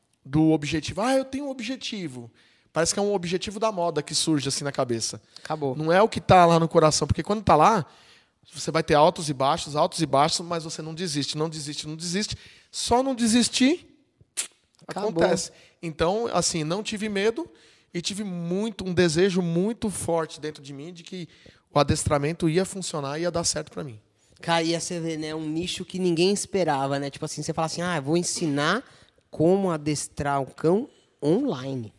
do objetivo. Ah, eu tenho um objetivo. Parece que é um objetivo da moda que surge assim na cabeça. Acabou. Não é o que está lá no coração, porque quando está lá, Você vai ter altos e baixos, altos e baixos, mas você não desiste, não desiste, não desiste. Só não desistir, Acabou. acontece. Então, assim, não tive medo e tive muito um desejo muito forte dentro de mim de que o adestramento ia funcionar e ia dar certo para mim. Cara, ia ser, né, um nicho que ninguém esperava, né? Tipo assim, você fala assim, ah, eu vou ensinar como adestrar um cão online.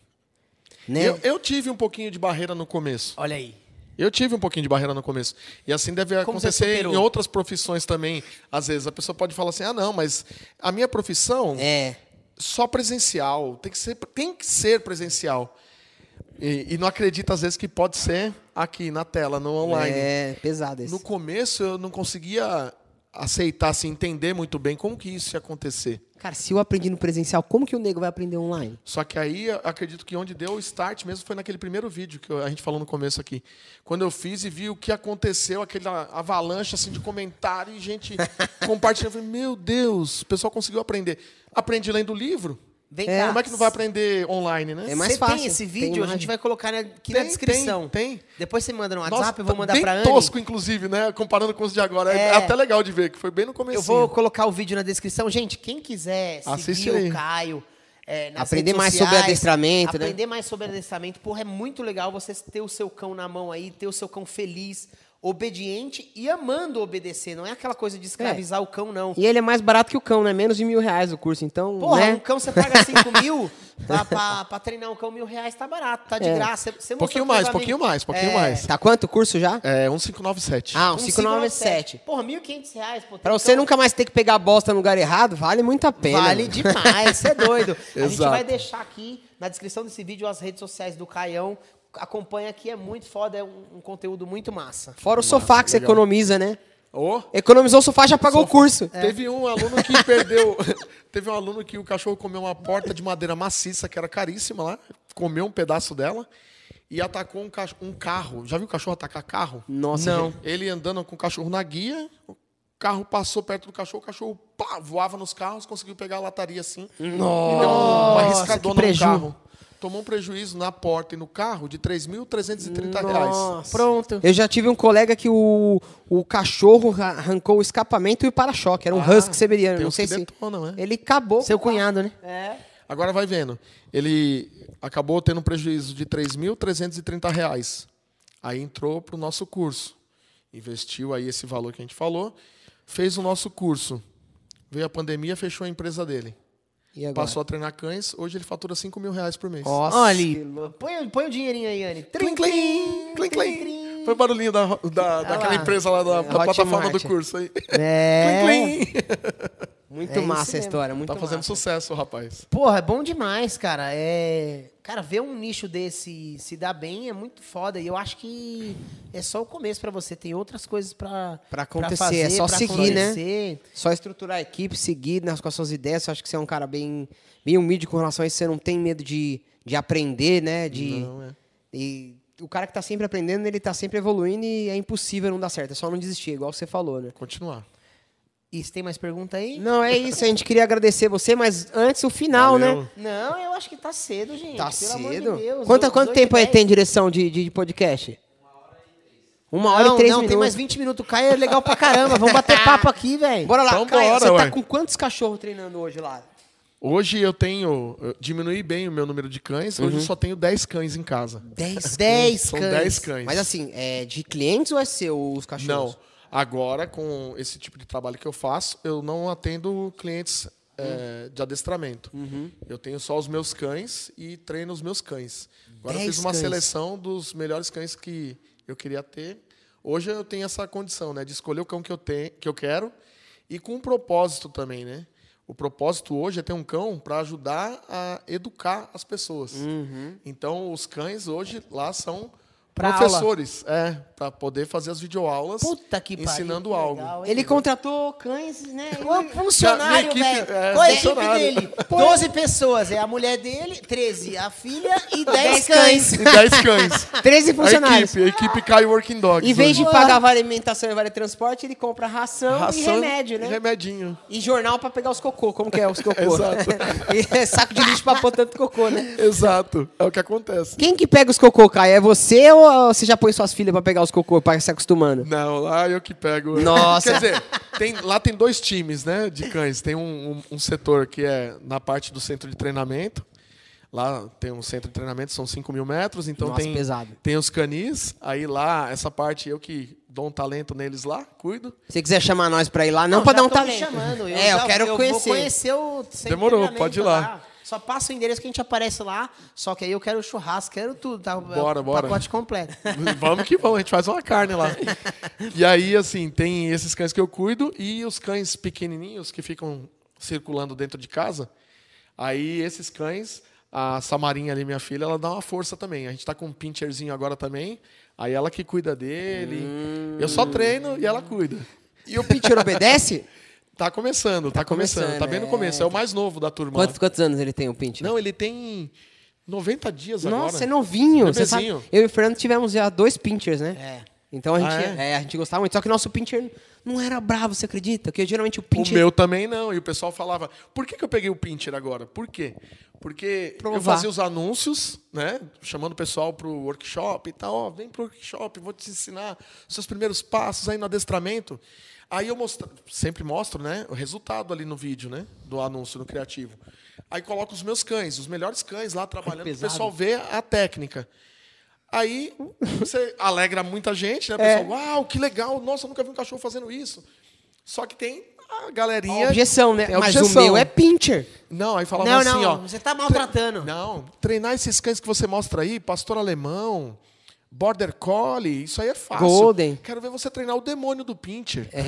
Né? Eu, eu tive um pouquinho de barreira no começo. Olha aí. Eu tive um pouquinho de barreira no começo. E assim deve Como você acontecer superou? em outras profissões também. Às vezes a pessoa pode falar assim, ah, não, mas a minha profissão É. só presencial. Tem que ser, tem que ser presencial. E, e não acredita, às vezes, que pode ser aqui na tela, no online. É, pesado esse. No começo eu não conseguia aceitar, assim, entender muito bem como que isso ia acontecer. Cara, se eu aprendi no presencial, como que o nego vai aprender online? Só que aí, eu acredito que onde deu o start mesmo foi naquele primeiro vídeo que a gente falou no começo aqui. Quando eu fiz e vi o que aconteceu, aquela avalanche assim, de comentário e gente compartilhando. Eu falei, meu Deus, o pessoal conseguiu aprender. Aprendi lendo o livro. Vem É. cá. Como é que não vai aprender online, né? É mais Você fácil, tem esse tem vídeo? A imagem. gente vai colocar aqui Tem, na descrição. tem, tem. Depois você manda no WhatsApp, Nossa, eu vou tá mandar bem pra Anne. tosco, inclusive, né? Comparando com os de agora. É, É. até legal de ver, que foi bem no começo. Eu vou colocar o vídeo na descrição. Gente, quem quiser Assiste seguir aí. o Caio, é, nas Aprender redes mais sociais, sobre adestramento, né? Aprender mais sobre adestramento. Porra, é muito legal você ter o seu cão na mão aí, ter o seu cão feliz, obediente e amando obedecer. Não é aquela coisa de escravizar o cão, não. E ele é mais barato que o cão, né? Menos de mil reais o curso, então, Porra, né? um cão você paga cinco mil, pra, pra, pra treinar um cão mil reais tá barato, tá de É. graça. Você Pouquinho mostrou mais, pros pouquinho amigos- mais, pouquinho É. mais. Tá quanto o curso já? É, um cinco nove sete. Ah, um Um cinco nove sete. Porra, mil e quinhentos reais. Pô, tem Pra você cão- nunca mais ter que pegar a bosta no lugar errado, vale muito a pena. Vale mano. demais, você é doido. A gente Exato. vai deixar aqui na descrição desse vídeo as redes sociais do Caião. Acompanha aqui, é muito foda, é um, um conteúdo muito massa. Fora o sofá que você legal. economiza, né? Ô, Economizou o sofá, já pagou o curso. Teve um aluno que perdeu. Teve um aluno que o cachorro comeu uma porta de madeira maciça, que era caríssima lá. Comeu um pedaço dela e atacou um, cach- um carro. Já viu o cachorro atacar carro? Nossa, Não. gente. Ele andando com o cachorro na guia, o carro passou perto do cachorro, o cachorro pá, voava nos carros, conseguiu pegar a lataria assim. Nossa, e deu uma que riscadona no preju. carro. Tomou um prejuízo na porta e no carro de três mil trezentos e trinta reais. Nossa. Pronto. Eu já tive um colega que o, o cachorro ra- arrancou o escapamento e o para-choque. Era um Ah, husky siberiano. tem Não uns sei que se... detonam, né? Ele acabou. Seu cunhado, né? É. Agora vai vendo. Ele acabou tendo um prejuízo de três mil trezentos e trinta reais. Aí entrou para o nosso curso. Investiu aí esse valor que a gente falou. Fez o nosso curso. Veio a pandemia, fechou a empresa dele. E agora? Passou a treinar cães. Hoje ele fatura cinco mil reais por mês. Nossa, Olha que ali. louco. Põe, põe o dinheirinho aí, Anne. Clim, clim, clim, clim. Foi o barulhinho da, da, daquela lá. empresa lá da, da Hotmart. plataforma do curso aí. É. Clim, clim. Muito É isso massa a mesmo. história, muito Tá fazendo massa. sucesso, rapaz. Porra, é bom demais, cara. É... Cara, ver um nicho desse se dar bem é muito foda. E eu acho que é só o começo pra você. Tem outras coisas pra, Pra acontecer, fazer, é só pra seguir, né? acontecer. Só estruturar a equipe, seguir nas, com as suas ideias. Eu acho que você é um cara bem, bem humilde com relação a isso. Você não tem medo de, de aprender, né? De, Não, é. E o cara que tá sempre aprendendo, ele tá sempre evoluindo e é impossível não dar certo. É só não desistir, igual você falou, né? Continuar. E você tem mais pergunta aí? Não, é isso. A gente queria agradecer você, mas antes o final, Valeu. né? Não, eu acho que tá cedo, gente. Tá Pelo amor de cedo. Deus. Quanto, Oito- quanto oito tempo e aí dez. tem direção de, de, de podcast? Uma hora não, e três não, minutos. tem mais vinte minutos. O Caio é legal pra caramba. Vamos bater papo aqui, velho. Bora lá, Então Caio, bora, você ué. tá com quantos cachorros treinando hoje lá? Hoje eu tenho. Eu diminuí bem o meu número de cães. Hoje eu só tenho dez cães em casa. Dez. Dez São cães. dez cães. Mas assim, é de clientes ou é seu os cachorros? Não. Agora, com esse tipo de trabalho que eu faço, eu não atendo clientes é, de adestramento. Eu tenho só os meus cães e treino os meus cães. Agora eu Dez fiz uma cães. seleção dos melhores cães que eu queria ter. Hoje eu tenho essa condição, né, de escolher o cão que eu, tenho, que eu quero e com um propósito também, né? O propósito hoje é ter um cão para ajudar a educar as pessoas. Uhum. Então, os cães hoje lá são Pra professores, é, para poder fazer as videoaulas Puta que pariu. ensinando que algo. legal, hein? Ele contratou cães, né? Um funcionário, Minha velho. equipe, é, Qual é a equipe funcionário. dele? doze pessoas. É a mulher dele, treze. A filha e dez Dez cães. E dez cães. treze A funcionários. equipe, a equipe Caio Working Dogs. Em vez de hoje. pagar vale alimentação e vale transporte, ele compra ração, Ração e remédio, né? E remedinho. E jornal pra pegar os cocô. Como que é os cocô? Exato. E é saco de lixo pra pôr tanto cocô, né? Exato. É o que acontece. Quem que pega os cocô, Caio? É você ou ou você já põe suas filhas pra pegar os cocô, pra se acostumando? Não, lá eu que pego. Nossa. Quer dizer, tem, lá tem dois times, né, de cães. Tem um, um, um setor que é na parte do centro de treinamento. Lá tem um centro de treinamento, são cinco mil metros, então Nossa, tem, pesado. tem os canis. Aí lá, essa parte eu que dou um talento neles lá, cuido. Se você quiser chamar nós pra ir lá, não, não pra dar um talento. Chamando. Eu é, eu já, quero eu conhecer. Vou conhecer o centro Demorou, de pode ir lá. lá. Só passa o endereço que a gente aparece lá, só que aí eu quero churrasco, quero tudo, tá? Bora, o bora. pacote completo. Vamos que vamos, a gente faz uma carne lá. E aí, assim, tem esses cães que eu cuido e os cães pequenininhos que ficam circulando dentro de casa. Aí, esses cães... A Samarinha ali, minha filha, ela dá uma força também. A gente tá com um pincherzinho agora também. Aí ela que cuida dele. Hum. Eu só treino e ela cuida. E o pincher obedece? Tá começando, tá, tá começando. começando. Tá bem no começo. É o mais novo da turma. Quantos, quantos anos ele tem, o pincher? Não, ele tem noventa dias Nossa, agora. Nossa, é novinho. Você sabe, eu e o Fernando tivemos já dois pinchers, né? É. Então a gente, ah, é? É, a gente gostava muito. Só que o nosso pincher não era bravo, você acredita? Porque geralmente o pincher... O meu também não. E o pessoal falava, por que, que eu peguei o pincher agora? Por quê? Porque Provar. eu fazia os anúncios, né? Chamando o pessoal para o workshop e tal. Ó, vem para o workshop, vou te ensinar os seus primeiros passos aí no adestramento. Aí eu mostro, sempre mostro, né, o resultado ali no vídeo, né, do anúncio no criativo. Aí coloco os meus cães, os melhores cães lá trabalhando, para o pessoal ver a técnica. Aí você alegra muita gente, né? O pessoal, é. Uau, que legal, nossa, eu nunca vi um cachorro fazendo isso. Só que tem a galerinha... A objeção, né? Mas objeção. O meu é pincher. Não, aí falava não, assim, não, ó... você tá maltratando. Não, treinar esses cães que você mostra aí, pastor alemão, border collie, isso aí é fácil. Golden. Quero ver você treinar o demônio do pincher. É.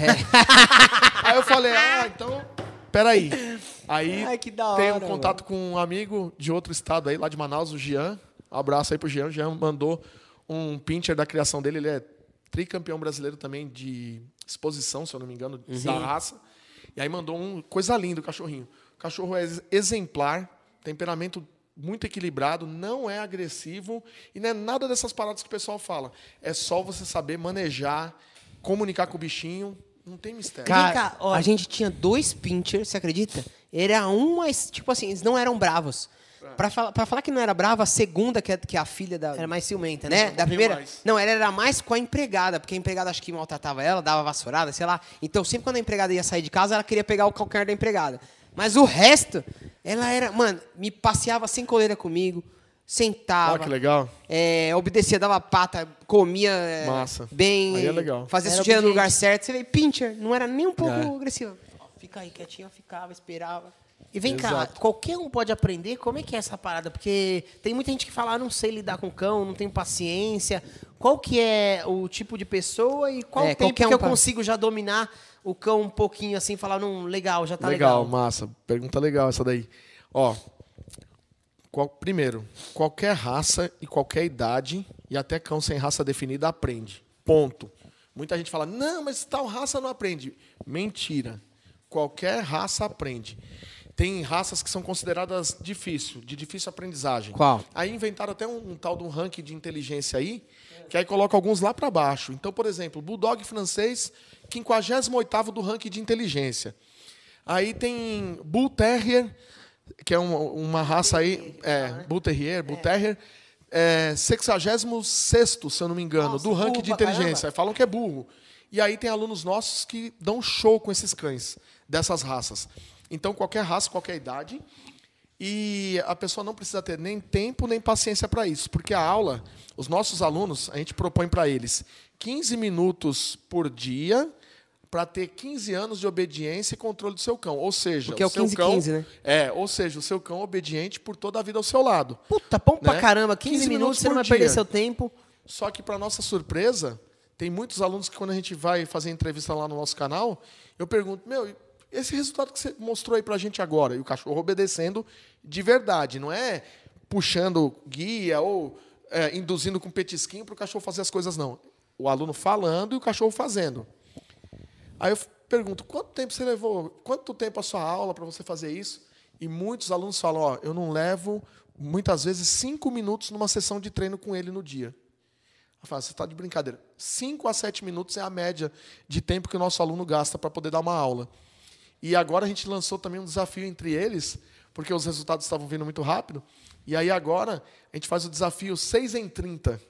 Aí eu falei, ah, então... Peraí. Aí Ai, que da hora, tenho um contato mano. com um amigo de outro estado aí, lá de Manaus, o Jean. Um abraço aí pro Jean. O Jean mandou um pincher da criação dele. Ele é tricampeão brasileiro também de exposição, se eu não me engano, uhum. da raça. E aí mandou um... Coisa linda o cachorrinho. O cachorro é exemplar, temperamento muito equilibrado, não é agressivo e não é nada dessas paradas que o pessoal fala. É só você saber manejar, comunicar com o bichinho. Não tem mistério. Cara, cá, a gente tinha dois pinchers, você acredita? Era um, mas, tipo assim, eles não eram bravos. Pra falar, pra falar que não era brava, a segunda, que é, que é a filha da... Era mais ciumenta, né? né? Da primeira... Mais. Não, ela era mais com a empregada, porque a empregada acho que maltratava ela, dava vassourada, sei lá. Então, sempre quando a empregada ia sair de casa, ela queria pegar o calcanhar da empregada. Mas o resto, ela era... Mano, me passeava sem coleira comigo, sentava... Olha que legal. É, obedecia, dava pata, comia Massa. bem... Aí é legal. Fazia era sujeira no obediente. lugar certo. Você vê, pincher, não era nem um pouco É. agressiva. Fica aí quietinho, ficava, esperava... E vem Exato. cá, qualquer um pode aprender? Como é que é essa parada? Porque tem muita gente que fala, ah, não sei lidar com cão, não tenho paciência. Qual que é o tipo de pessoa e qual É, o tempo qualquer que um eu pa- consigo já dominar o cão um pouquinho assim, falar, não, legal, já tá legal, legal. massa. Pergunta legal essa daí. Ó, qual- primeiro, qualquer raça e qualquer idade, e até cão sem raça definida, aprende. Ponto. Muita gente fala, não, mas tal raça não aprende. Mentira. Qualquer raça aprende. Tem raças que são consideradas difícil, de difícil aprendizagem. Qual? Aí inventaram até um, um tal de um ranking de inteligência aí, que aí coloca alguns lá para baixo. Então, por exemplo, Bulldog francês, quinquagésimo oitavo do ranking de inteligência. Aí tem Bull Terrier, que é uma, uma raça aí, é, Bull Terrier, Bull Terrier, é, sexagésimo sexto, se eu não me engano, Nossa, do ranking burro de pra inteligência. Aí falam que é burro. E aí tem alunos nossos que dão show com esses cães, dessas raças. Então, qualquer raça, qualquer idade. E a pessoa não precisa ter nem tempo, nem paciência para isso. Porque a aula, os nossos alunos, a gente propõe para eles quinze minutos por dia para ter quinze anos de obediência e controle do seu cão. Ou seja, Porque é o seu quinze, cão, quinze, né? É, ou seja, o seu cão obediente por toda a vida ao seu lado. Puta, bom pra Né? caramba, quinze, quinze minutos, minutos você não por vai perder dia. seu tempo. Só que, para nossa surpresa, tem muitos alunos que, quando a gente vai fazer entrevista lá no nosso canal, eu pergunto, meu, esse resultado que você mostrou aí para a gente agora, e o cachorro obedecendo de verdade, não é puxando guia ou é, induzindo com petisquinho para o cachorro fazer as coisas, não. O aluno falando e o cachorro fazendo. Aí eu pergunto, quanto tempo você levou, quanto tempo a sua aula para você fazer isso? E muitos alunos falam, ó, eu não levo, muitas vezes, cinco minutos numa sessão de treino com ele no dia. Eu falo, você está de brincadeira. Cinco a sete minutos é a média de tempo que o nosso aluno gasta para poder dar uma aula. E agora a gente lançou também um desafio entre eles, porque os resultados estavam vindo muito rápido. E aí agora a gente faz o desafio seis em trinta.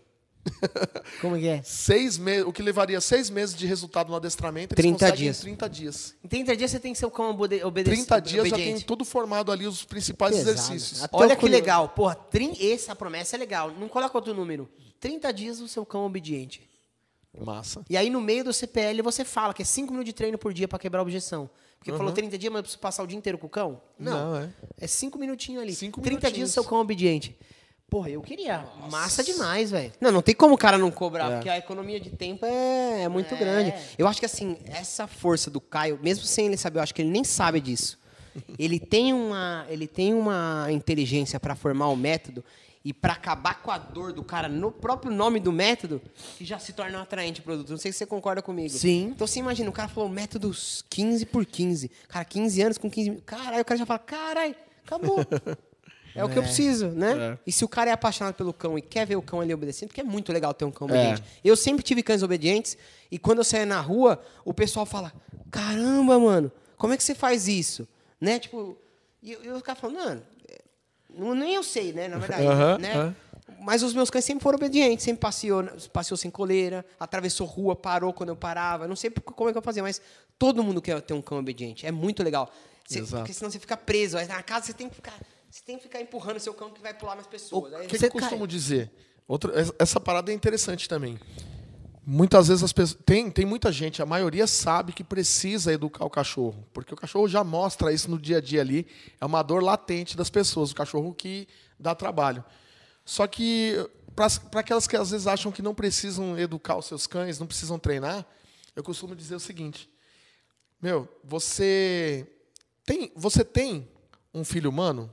Como que é? Seis meses, o que levaria seis meses de resultado no adestramento, eles trinta conseguem dias. em trinta dias. Em trinta dias você tem que ser o cão obede obedecido. trinta dias já tem obediente. tudo formado ali, os principais Pesado. exercícios. Até Olha o que curioso. legal. Porra, trin... essa promessa é legal. Não coloca outro número. trinta dias o seu cão obediente. Massa. E aí no meio do C P L você fala que é cinco minutos de treino por dia pra quebrar a objeção. Porque falou trinta dias, mas eu preciso passar o dia inteiro com o cão? Não. Não, é. É cinco minutinhos ali. Cinco trinta dias minutinhos. o seu cão obediente. Porra, eu queria. Massa demais, velho. Não, não tem como o cara não cobrar, É. porque a economia de tempo é, é muito É. grande. Eu acho que, assim, essa força do Caio, mesmo sem ele saber, eu acho que ele nem sabe disso. Ele tem uma, ele tem uma inteligência para formar o método e para acabar com a dor do cara no próprio nome do método, que já se torna um atraente produto. Não sei se você concorda comigo. Sim. Então, você imagina, o cara falou métodos quinze por quinze. Cara, quinze anos com quinze mil. Caralho, o cara já fala, caralho, acabou. É o que eu preciso, né? É. E se o cara é apaixonado pelo cão e quer ver o cão ali obedecendo, porque é muito legal ter um cão É. obediente. Eu sempre tive cães obedientes e quando eu saio na rua, o pessoal fala, caramba, mano, como é que você faz isso? Né? Tipo, e, e o cara fala, mano, não, nem eu sei, né? Na verdade, Aham, né? aham. Mas os meus cães sempre foram obedientes, sempre passeou, passeou sem coleira, atravessou rua, parou quando eu parava. Eu não sei como é que eu fazia, mas todo mundo quer ter um cão obediente. É muito legal. Você- Exato. porque senão você fica preso. Aí na casa você tem que ficar, você tem que ficar empurrando seu cão que vai pular mais pessoas. Aí O que, que Você eu costumo cai. dizer? Outra, essa- essa parada é interessante também. Muitas vezes as pessoas. Tem, tem muita gente, a maioria sabe que precisa educar o cachorro. Porque o cachorro já mostra isso no dia a dia ali. É uma dor latente das pessoas, o cachorro que dá trabalho. Só que, para aquelas que às vezes acham que não precisam educar os seus cães, não precisam treinar, eu costumo dizer o seguinte: meu, você tem, você tem um filho humano?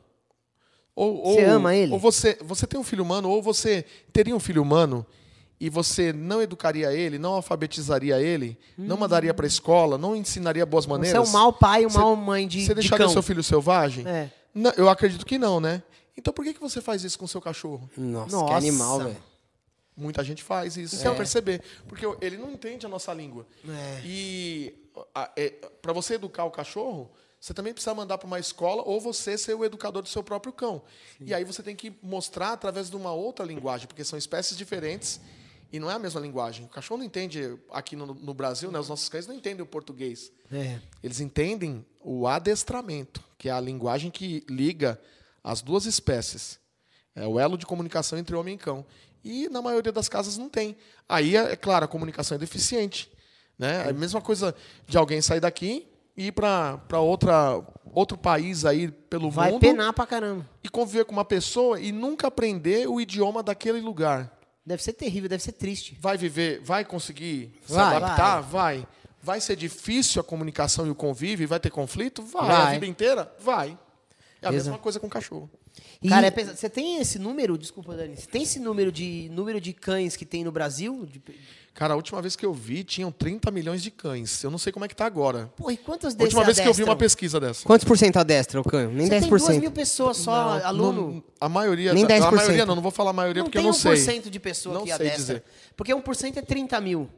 Ou, Você ou- ama ele? Ou você, você tem um filho humano, ou você teria um filho humano e você não educaria ele, não alfabetizaria ele, não mandaria para a escola, não ensinaria boas Você é maneiras? um mau pai e um Você- mau mãe de, Você de deixaria cão. seu filho selvagem? É. Não, eu acredito que não, né? Então por que, que você faz isso com o seu cachorro? Nossa, que Nossa. animal, velho. Muita gente faz isso sem perceber. Porque ele não entende a nossa língua. É. E para você educar o cachorro, você também precisa mandar para uma escola ou você ser o educador do seu próprio cão. E aí você tem que mostrar através de uma outra linguagem, porque são espécies diferentes e não é a mesma linguagem. O cachorro não entende, aqui no, no Brasil, né, os nossos cães não entendem o português. É. Eles entendem o adestramento, que é a linguagem que liga as duas espécies. É o elo de comunicação entre homem e cão. E, na maioria das casas, não tem. Aí, é claro, a comunicação é deficiente. Né? É a mesma coisa de alguém sair daqui e ir para outro país aí pelo Vai mundo penar pra caramba. e conviver com uma pessoa e nunca aprender o idioma daquele lugar. Deve ser terrível, deve ser triste. Vai viver, vai conseguir se Vai. adaptar? Vai. Vai ser difícil a comunicação e o convívio e vai ter conflito? Vai. Vai. A vida inteira? Vai. É a Exato. mesma coisa com o cachorro. Cara, é pesado. Você tem esse número, desculpa, Dani, você tem esse número de, número de cães que tem no Brasil? De... Cara, a última vez que eu vi, tinham trinta milhões de cães. Eu não sei como é que tá agora. Pô, e quantos A desses última vez que eu vi adestram? uma pesquisa dessa. Quantos por cento adestra o cão? Nem Você dez tem por duas cento. mil pessoas só, Não, aluno. não- a maioria. Nem dez A por cento. maioria não, não vou falar a maioria Não porque tem eu não sei. um por cento de pessoa Não que sei adestra. dizer. Porque um por cento é trinta mil.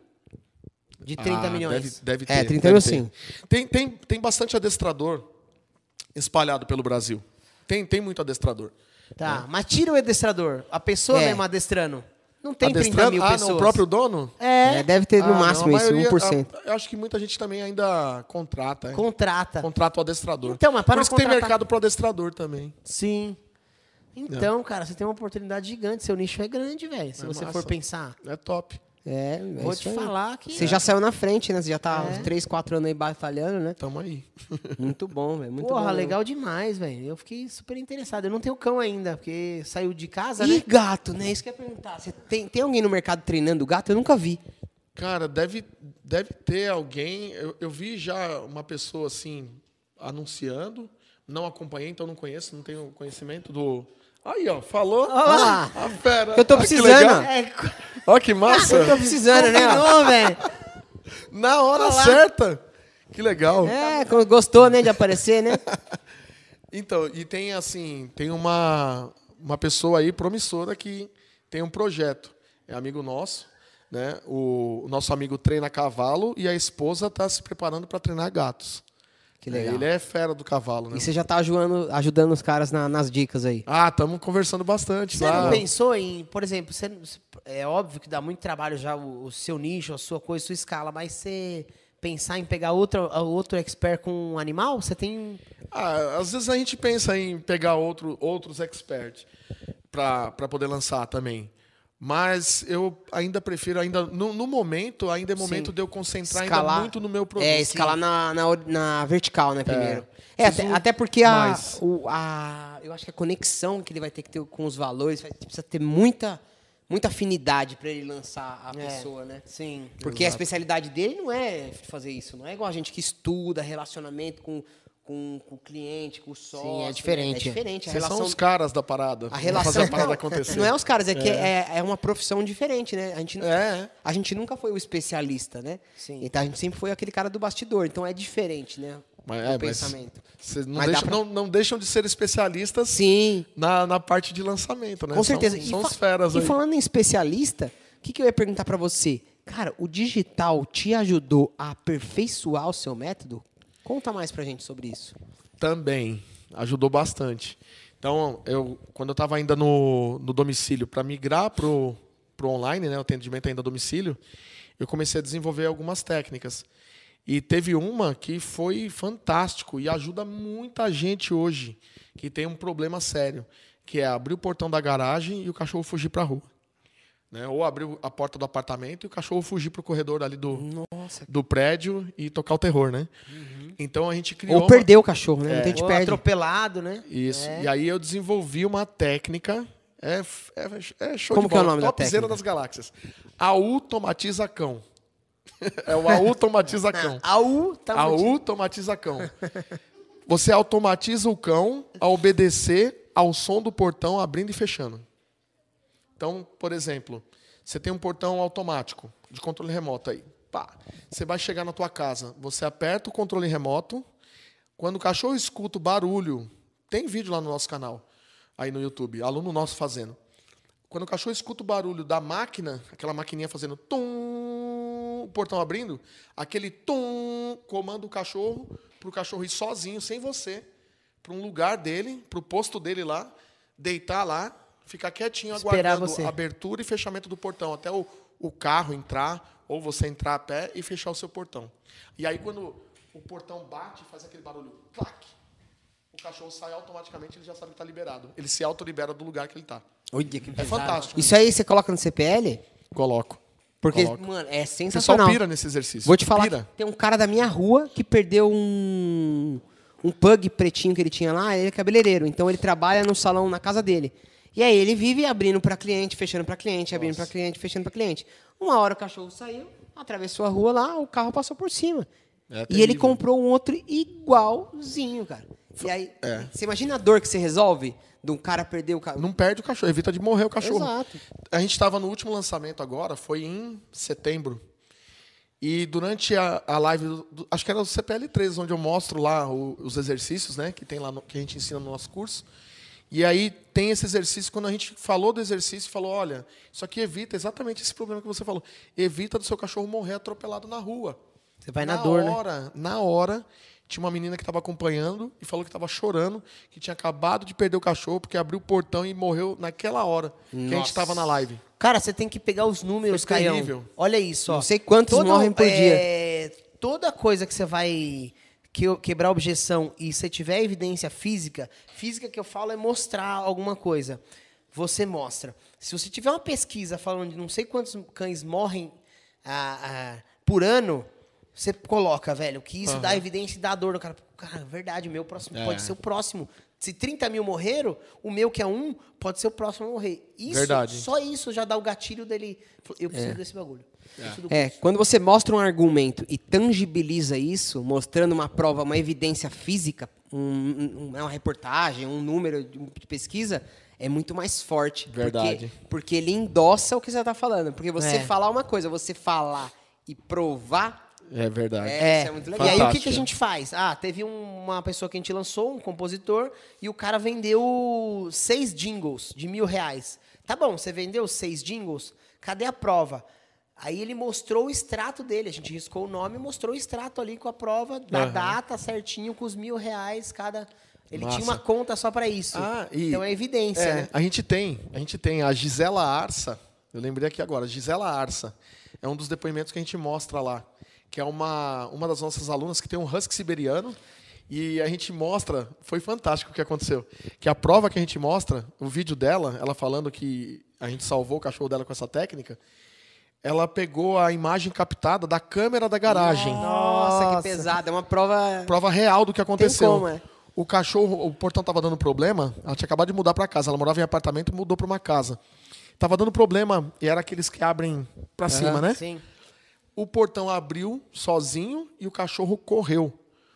De trinta Ah, milhões. Deve, deve ter. É, trinta deve mil ter. sim. Tem, tem, tem bastante adestrador espalhado pelo Brasil. Tem, tem muito adestrador. Tá, mas tira o adestrador. A pessoa É. mesmo adestrando. Não tem Adestrando? trinta mil ah, pessoas. não, o próprio dono? É, É, deve ter Ah, no não, máximo a isso, maioria- um por cento. a- Eu acho que muita gente também ainda contrata. é. contrata. Contrata o adestrador. Então, mas para Por não isso que tem contratar- mercado pro adestrador também. Sim. Então, cara, você tem uma oportunidade gigante. Seu nicho é grande, velho. Se É você massa. for pensar. É top. É, é Vou isso te aí. falar que. Você já saiu na frente, né? Você já tá É. uns três, quatro anos aí batalhando, né? Tamo aí. Muito bom, velho. Muito Porra, bom. mesmo. legal demais, velho. Eu fiquei super interessado. Eu não tenho cão ainda, porque saiu de casa, E né? gato, né? Isso que eu ia perguntar. Você tem, tem alguém no mercado treinando gato? Eu nunca vi. Cara, deve, deve ter alguém. Eu, eu vi já uma pessoa assim anunciando. Não acompanhei, então não conheço, não tenho conhecimento do. Aí, ó, falou. Olha lá. A fera. Eu tô Ah, que precisando. legal. É, Ó, que massa. Eu tô precisando, né? ó? combinou, velho. Na hora Olha lá. certa. Que legal. É, gostou, né, de aparecer, né? Então, e tem assim, tem uma, uma pessoa aí promissora que tem um projeto. É amigo nosso, né? O, o nosso amigo treina cavalo e a esposa está se preparando para treinar gatos. Que legal. Ele é fera do cavalo, né? E você já tá ajudando, ajudando os caras na- nas dicas aí. Ah, estamos conversando bastante Você lá. não pensou em, por exemplo, você, é óbvio que dá muito trabalho já o, o seu nicho, a sua coisa, a sua escala, mas você pensar em pegar outro, outro expert com um animal, você tem... Ah, às vezes a gente pensa em pegar outro, outros experts para poder lançar também. Mas eu ainda prefiro, ainda no, no momento, ainda é momento Sim. de eu concentrar Escalar, ainda muito no meu produto. É, escalar na, na, na vertical, né, primeiro. É, até, Preciso até porque a, mais. o, a, eu acho que a conexão que ele vai ter que ter com os valores, vai, precisa ter muita, muita afinidade para ele lançar a É. pessoa, né? Sim. Porque a Exato. especialidade dele não é fazer isso, não é igual a gente que estuda relacionamento com, com, com o cliente, com o sócio. é diferente. né? É diferente. A Vocês relação, são os caras da parada. a relação Fazer a parada não, acontecer. não é os caras, é que é, é uma profissão diferente, né? A gente, não- É, a gente nunca foi o especialista, né? Sim. Então a gente sempre foi aquele cara do bastidor, então é diferente, né? mas, o é, mas pensamento. vocês não Mas dá deixam, pra- não, não deixam de ser especialistas Sim, na, na parte de lançamento, né? com São- certeza. São, e, fa- os feras e aí. falando em especialista, o que, que eu ia perguntar pra você? Cara, o digital te ajudou a aperfeiçoar o seu método? Conta mais pra gente sobre isso. Também ajudou bastante. Então, eu, quando eu estava ainda no, no domicílio, para migrar para o online, né, o atendimento ainda a domicílio, eu comecei a desenvolver algumas técnicas. E teve uma que foi fantástico e ajuda muita gente hoje que tem um problema sério, que é abrir o portão da garagem e o cachorro fugir para a rua. Né? Ou abrir a porta do apartamento e o cachorro fugir para o corredor ali do, Nossa. do prédio e tocar o terror. Né? Então, a gente criou Ou uma- perder o cachorro, né? É. Muita gente Ou perde. atropelado, né? Isso. É. E aí eu desenvolvi uma técnica. É, f- é, é show Como de que é o bola. nome da Topzera técnica? das galáxias. Automatiza cão. É o automatiza cão. Au, tá muito- Automatiza cão. Você automatiza o cão a obedecer ao som do portão abrindo e fechando. Então, por exemplo, você tem um portão automático de controle remoto aí. Pá, você vai chegar na tua casa, você aperta o controle remoto. Quando o cachorro escuta o barulho, tem vídeo lá no nosso canal, aí no YouTube, aluno nosso fazendo. Quando o cachorro escuta o barulho da máquina, aquela maquininha fazendo tum, o portão abrindo, aquele tum comanda o cachorro para o cachorro ir sozinho, sem você, para um lugar dele, para o posto dele lá, deitar lá, ficar quietinho, Esperar aguardando você. a abertura e fechamento do portão, até o, o carro entrar, ou você entrar a pé e fechar o seu portão. E aí, quando o portão bate, faz aquele barulho, clac, o cachorro sai automaticamente, ele já sabe que está liberado. Ele se autolibera do lugar que ele está. Olha que É pesado. fantástico. Isso aí você coloca no C P L? Coloco. Porque, Coloco. mano, é O pessoal sensacional. pira nesse exercício. Vou te falar, Pira. que tem um cara da minha rua que perdeu um, um pug pretinho que ele tinha lá, ele é cabeleireiro, então ele trabalha no salão na casa dele. E aí ele vive abrindo para cliente, fechando para cliente, abrindo para cliente, fechando para cliente. Uma hora o cachorro saiu, atravessou a rua lá, o carro passou por cima. É e ele terrível. comprou um outro igualzinho, cara. E aí, É. você imagina a dor que você resolve de um cara perder o carro? Não perde o cachorro, evita de morrer o cachorro. Exato. A gente estava no último lançamento agora, foi em setembro. E durante a, a live, do, do- acho que era o C P L três, onde eu mostro lá o- os exercícios, né, que tem lá no- que a gente ensina no nosso curso. E aí tem esse exercício, quando a gente falou do exercício, falou, olha, isso aqui evita exatamente esse problema que você falou. Evita do seu cachorro morrer atropelado na rua. Você vai na, dor, né? hora, Na hora, tinha uma menina que estava acompanhando e falou que estava chorando, que tinha acabado de perder o cachorro, porque abriu o portão e morreu naquela hora que a gente Nossa. estava na live. Cara, você tem que pegar os números, Foi Caião. terrível. Olha isso, ó. Não sei quantos morrem por é, Toda coisa que você vai que- quebrar a objeção e você tiver evidência física, física que eu falo é mostrar alguma coisa. Você mostra. Se você tiver uma pesquisa falando de não sei quantos cães morrem ah, ah, por ano, você coloca, velho, que isso dá evidência e dá dor no cara. Cara, verdade, o meu próximo É. pode ser o próximo. Se trinta mil morreram, o meu, que é um, pode ser o próximo a morrer. Isso, Verdade. só isso já dá o gatilho dele. Eu preciso desse bagulho. Preciso do É, quando você mostra um argumento e tangibiliza isso, mostrando uma prova, uma evidência física, um- um- uma reportagem, um número de de pesquisa, é muito mais forte. Verdade. Porque, porque ele endossa o que você está falando. Porque você É. falar uma coisa, você falar e provar, É verdade. é, É, isso é muito e legal. aí o que, Fantástico. que a gente faz? Ah, teve um- uma pessoa que a gente lançou, um compositor, e o cara vendeu seis jingles de mil reais. Tá bom, você vendeu seis jingles, cadê a prova? Aí ele mostrou o extrato dele, a gente riscou o nome e mostrou o extrato ali com a prova da Aham. data certinho, com os mil reais cada... Ele Massa. tinha uma conta só para isso. Ah, e- Então é evidência, É, né? a gente tem, a gente tem a Gisela Arça, Eu lembrei aqui agora. Gisela Arça. É um dos depoimentos que a gente mostra lá. Que é uma, uma das nossas alunas que tem um husky siberiano. E a gente mostra... Foi fantástico o que aconteceu. Que a prova que a gente mostra, o vídeo dela, ela falando que a gente salvou o cachorro dela com essa técnica... Ela pegou a imagem captada da câmera da garagem. Nossa, Nossa. que pesado. É uma prova... Prova real do que aconteceu. como, é? O cachorro, o portão estava dando problema. Ela tinha acabado de mudar para casa. Ela morava em apartamento e mudou para uma casa. Tava dando problema e era aqueles que abrem para cima, né? Sim. O portão abriu sozinho e o cachorro correu.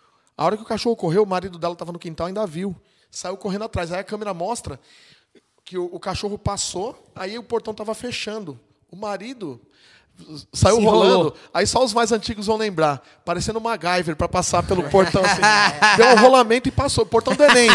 A hora que o cachorro correu, o marido dela estava no quintal e ainda viu. Saiu correndo atrás. Aí a câmera mostra que o, o cachorro passou, aí o portão estava fechando. O marido saiu Se rolando. enrolou. Aí só os mais antigos vão lembrar. Parecendo um MacGyver para passar pelo portão. Assim. Deu um rolamento e passou. Portão do Enem.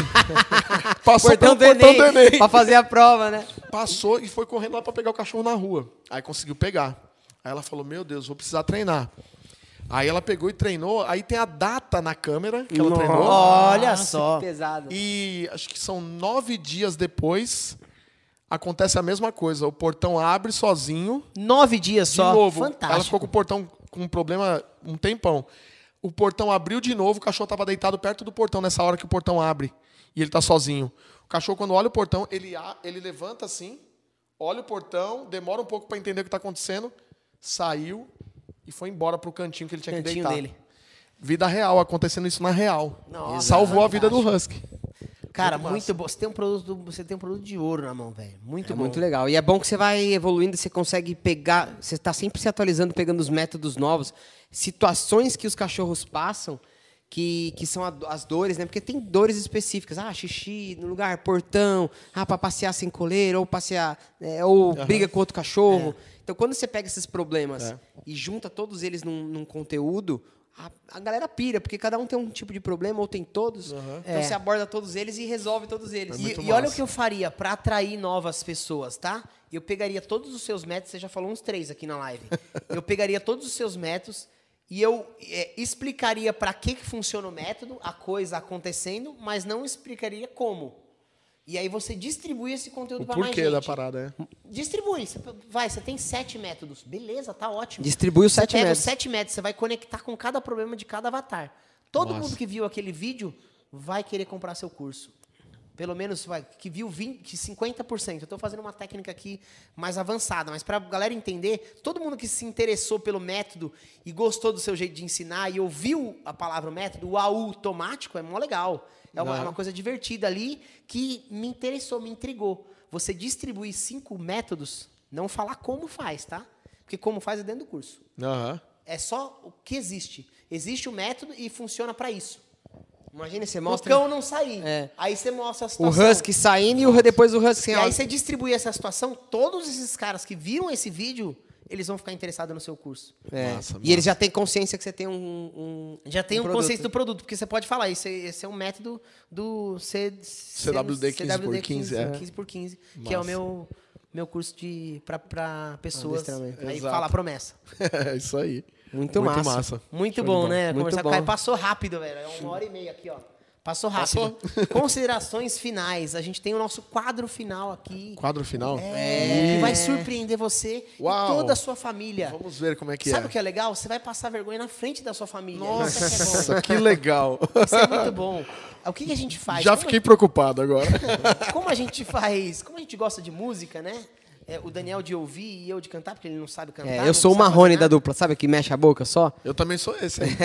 Passou Portão pelo do portão do Enem, Enem. pra fazer a prova, né? Passou e foi correndo lá para pegar o cachorro na rua. Aí conseguiu pegar. Aí ela falou, meu Deus, vou precisar treinar. Aí ela pegou e treinou. Aí tem a data na câmera que ela Nossa. treinou. Olha Nossa, só. que pesado. E acho que são nove dias depois, acontece a mesma coisa. O portão abre sozinho. Nove dias De só. novo. Fantástico. Ela ficou com o portão com um problema um tempão. O portão abriu de novo, o cachorro estava deitado perto do portão nessa hora que o portão abre. E ele está sozinho. O cachorro, quando olha o portão, ele, a- ele levanta assim, olha o portão, demora um pouco para entender o que está acontecendo, saiu e foi embora para o cantinho que ele tinha que Cantinho deitar. dele. Vida real, acontecendo isso na real. Nossa, Salvou a vida do fantástico. husky. Cara, Muito muito, massa. bom. Você tem um produto, você tem um produto de ouro na mão, velho. Muito É bom. muito legal. E é bom que você vai evoluindo, você consegue pegar, você está sempre se atualizando, pegando os métodos novos, situações que os cachorros passam, que, que são a- as dores, né? Porque tem dores específicas. Ah, xixi no lugar, portão, ah, para passear sem coleira, ou passear, é, ou briga com outro cachorro. Então, quando você pega esses problemas É. e junta todos eles num, num conteúdo, a, a galera pira, porque cada um tem um tipo de problema, ou tem todos. Então, É. você aborda todos eles e resolve todos eles. E, muito e olha massa. o que eu faria para atrair novas pessoas, tá? Eu pegaria todos os seus métodos, você já falou uns três aqui na live. Eu pegaria todos os seus métodos e eu é, explicaria para que, que funciona o método, a coisa acontecendo, mas não explicaria como. E aí você distribui esse conteúdo O para mais porquê gente. da parada, é. Distribui. Você, vai, você tem sete métodos. Beleza, tá ótimo. Distribui os Você sete pega métodos. os sete métodos, você vai conectar com cada problema de cada avatar. Todo Massa. mundo que viu aquele vídeo vai querer comprar seu curso. Pelo menos vai, que viu vinte, que cinquenta por cento. Eu estou fazendo uma técnica aqui mais avançada, mas para a galera entender, todo mundo que se interessou pelo método e gostou do seu jeito de ensinar e ouviu a palavra método, o automático é mó legal. É uma, Não. uma coisa divertida ali que me interessou, me intrigou. Você distribuir cinco métodos, não falar como faz, tá? Porque como faz é dentro do curso. Aham. É só o que existe. Existe o método e funciona para isso. Imagina, você O mostra cão não sair. É. Aí você mostra a o situação. husky saindo e o- depois o husky sem E aí áudio. você distribui essa situação, todos esses caras que viram esse vídeo, eles vão ficar interessados no seu curso. É. Massa, E massa. eles já têm consciência que você tem um, um Já tem um um, produto. conceito do produto, porque você pode falar, esse, esse é um método do C, C W D quinze por quinze, é. quinze por quinze, que é o Massa. meu, meu curso de para pessoas. Adestramento. Aí Exato. fala a promessa. É isso aí. Muito massa. Muito Show de bom, bola. né? Muito Conversar bom. com o cara. Passou rápido, velho. É uma hora e meia aqui, ó. Passou rápido. Considerações finais. A gente tem o nosso quadro final aqui. Quadro final? É, que vai surpreender você Uau. e toda a sua família. Vamos ver como é que Sabe é. o que é legal? Você vai passar vergonha na frente da sua família. Nossa, Isso é que é bom. que legal. Isso é muito bom. O que, que a gente faz? Já Como fiquei preocupado agora. a, como a gente faz? Como a gente gosta de música, né? É, o Daniel de ouvir e eu de cantar, porque ele não sabe cantar. É, não eu sou o sabe Marrone fazer da nada. dupla, sabe? Que mexe a boca só. Eu também sou esse aí.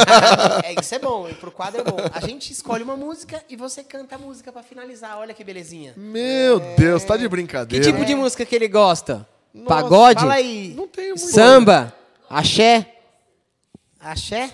É, isso é bom, e pro quadro é bom. A gente escolhe uma música e você canta a música pra finalizar. Olha que belezinha. Meu Deus, tá de Que brincadeira. tipo de música que ele gosta? Nossa, Pagode? Fala aí. Não tenho muito. Samba? Axé? Axé?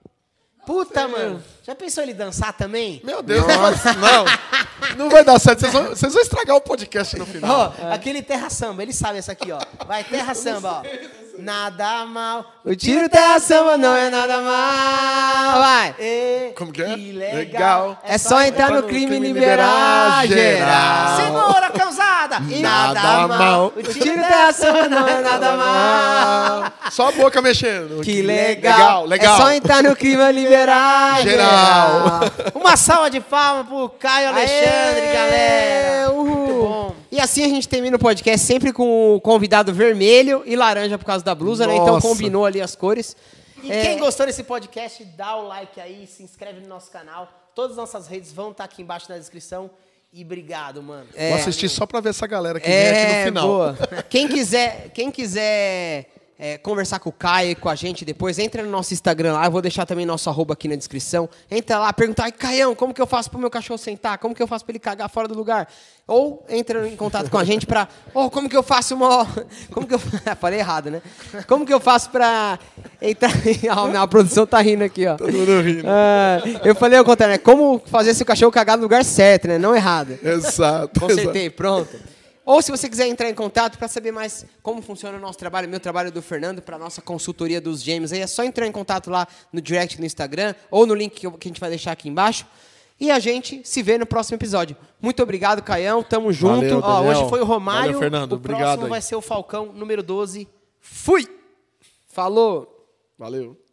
Puta, mano. Já pensou ele dançar também? Meu Deus, não vai, não, não vai dar certo. Vocês vão, vocês vão estragar o podcast no final. Ó, aquele terra samba, ele sabe essa aqui, ó. Vai, terra samba, ó. Nada mal. O tiro terra samba não é nada mal. Vai. Ê, Como que é? Que legal. Legal. É só entrar no crime e liberar geral. Segura, causada. Nada, Nada mal. mal. O O tiro terra samba não é nada mal. Só a boca mexendo. Que legal. Legal, legal. É só entrar no crime e liberar Geral. Uma salva de palmas pro Caio Alexandre, Aê, galera. uhul. Muito bom. E a assim a gente termina o podcast sempre com o convidado vermelho e laranja por causa da blusa, né? Então Nossa. combinou ali as cores. E É, quem gostou desse podcast, dá o like aí, se inscreve no nosso canal. Todas as nossas redes vão estar aqui embaixo na descrição. E obrigado, mano. Vou assistir só pra ver essa galera que vem aqui É, no final. boa. Quem quiser, quem quiser é, conversar com o Caio e com a gente depois, entra no nosso Instagram lá. Eu vou deixar também nosso arroba aqui na descrição. Entra lá, pergunta, ai, Caião, como que eu faço pro meu cachorro sentar? Como que eu faço pra ele cagar fora do lugar? Ou entra em contato com a gente pra, oh, como que eu faço uma... Como que eu... Falei errado, né? Como que eu faço pra entrar... A produção tá rindo aqui, ó. Todo mundo rindo. Ah, eu falei ao contrário, né? Como fazer seu cachorro cagar no lugar certo, né? Não errado. Exato. Consertei, pronto. Ou se você quiser entrar em contato para saber mais como funciona o nosso trabalho, meu trabalho do Fernando, para nossa consultoria dos gêmeos, aí é só entrar em contato lá no direct no Instagram ou no link que, eu, que a gente vai deixar aqui embaixo. E a gente se vê no próximo episódio. Muito obrigado, Caião. Tamo junto. Valeu, Ó, Daniel. hoje foi o Romário. Valeu, Fernando. O Obrigado próximo aí. vai ser o Falcão, número doze. Fui! Falou! Valeu.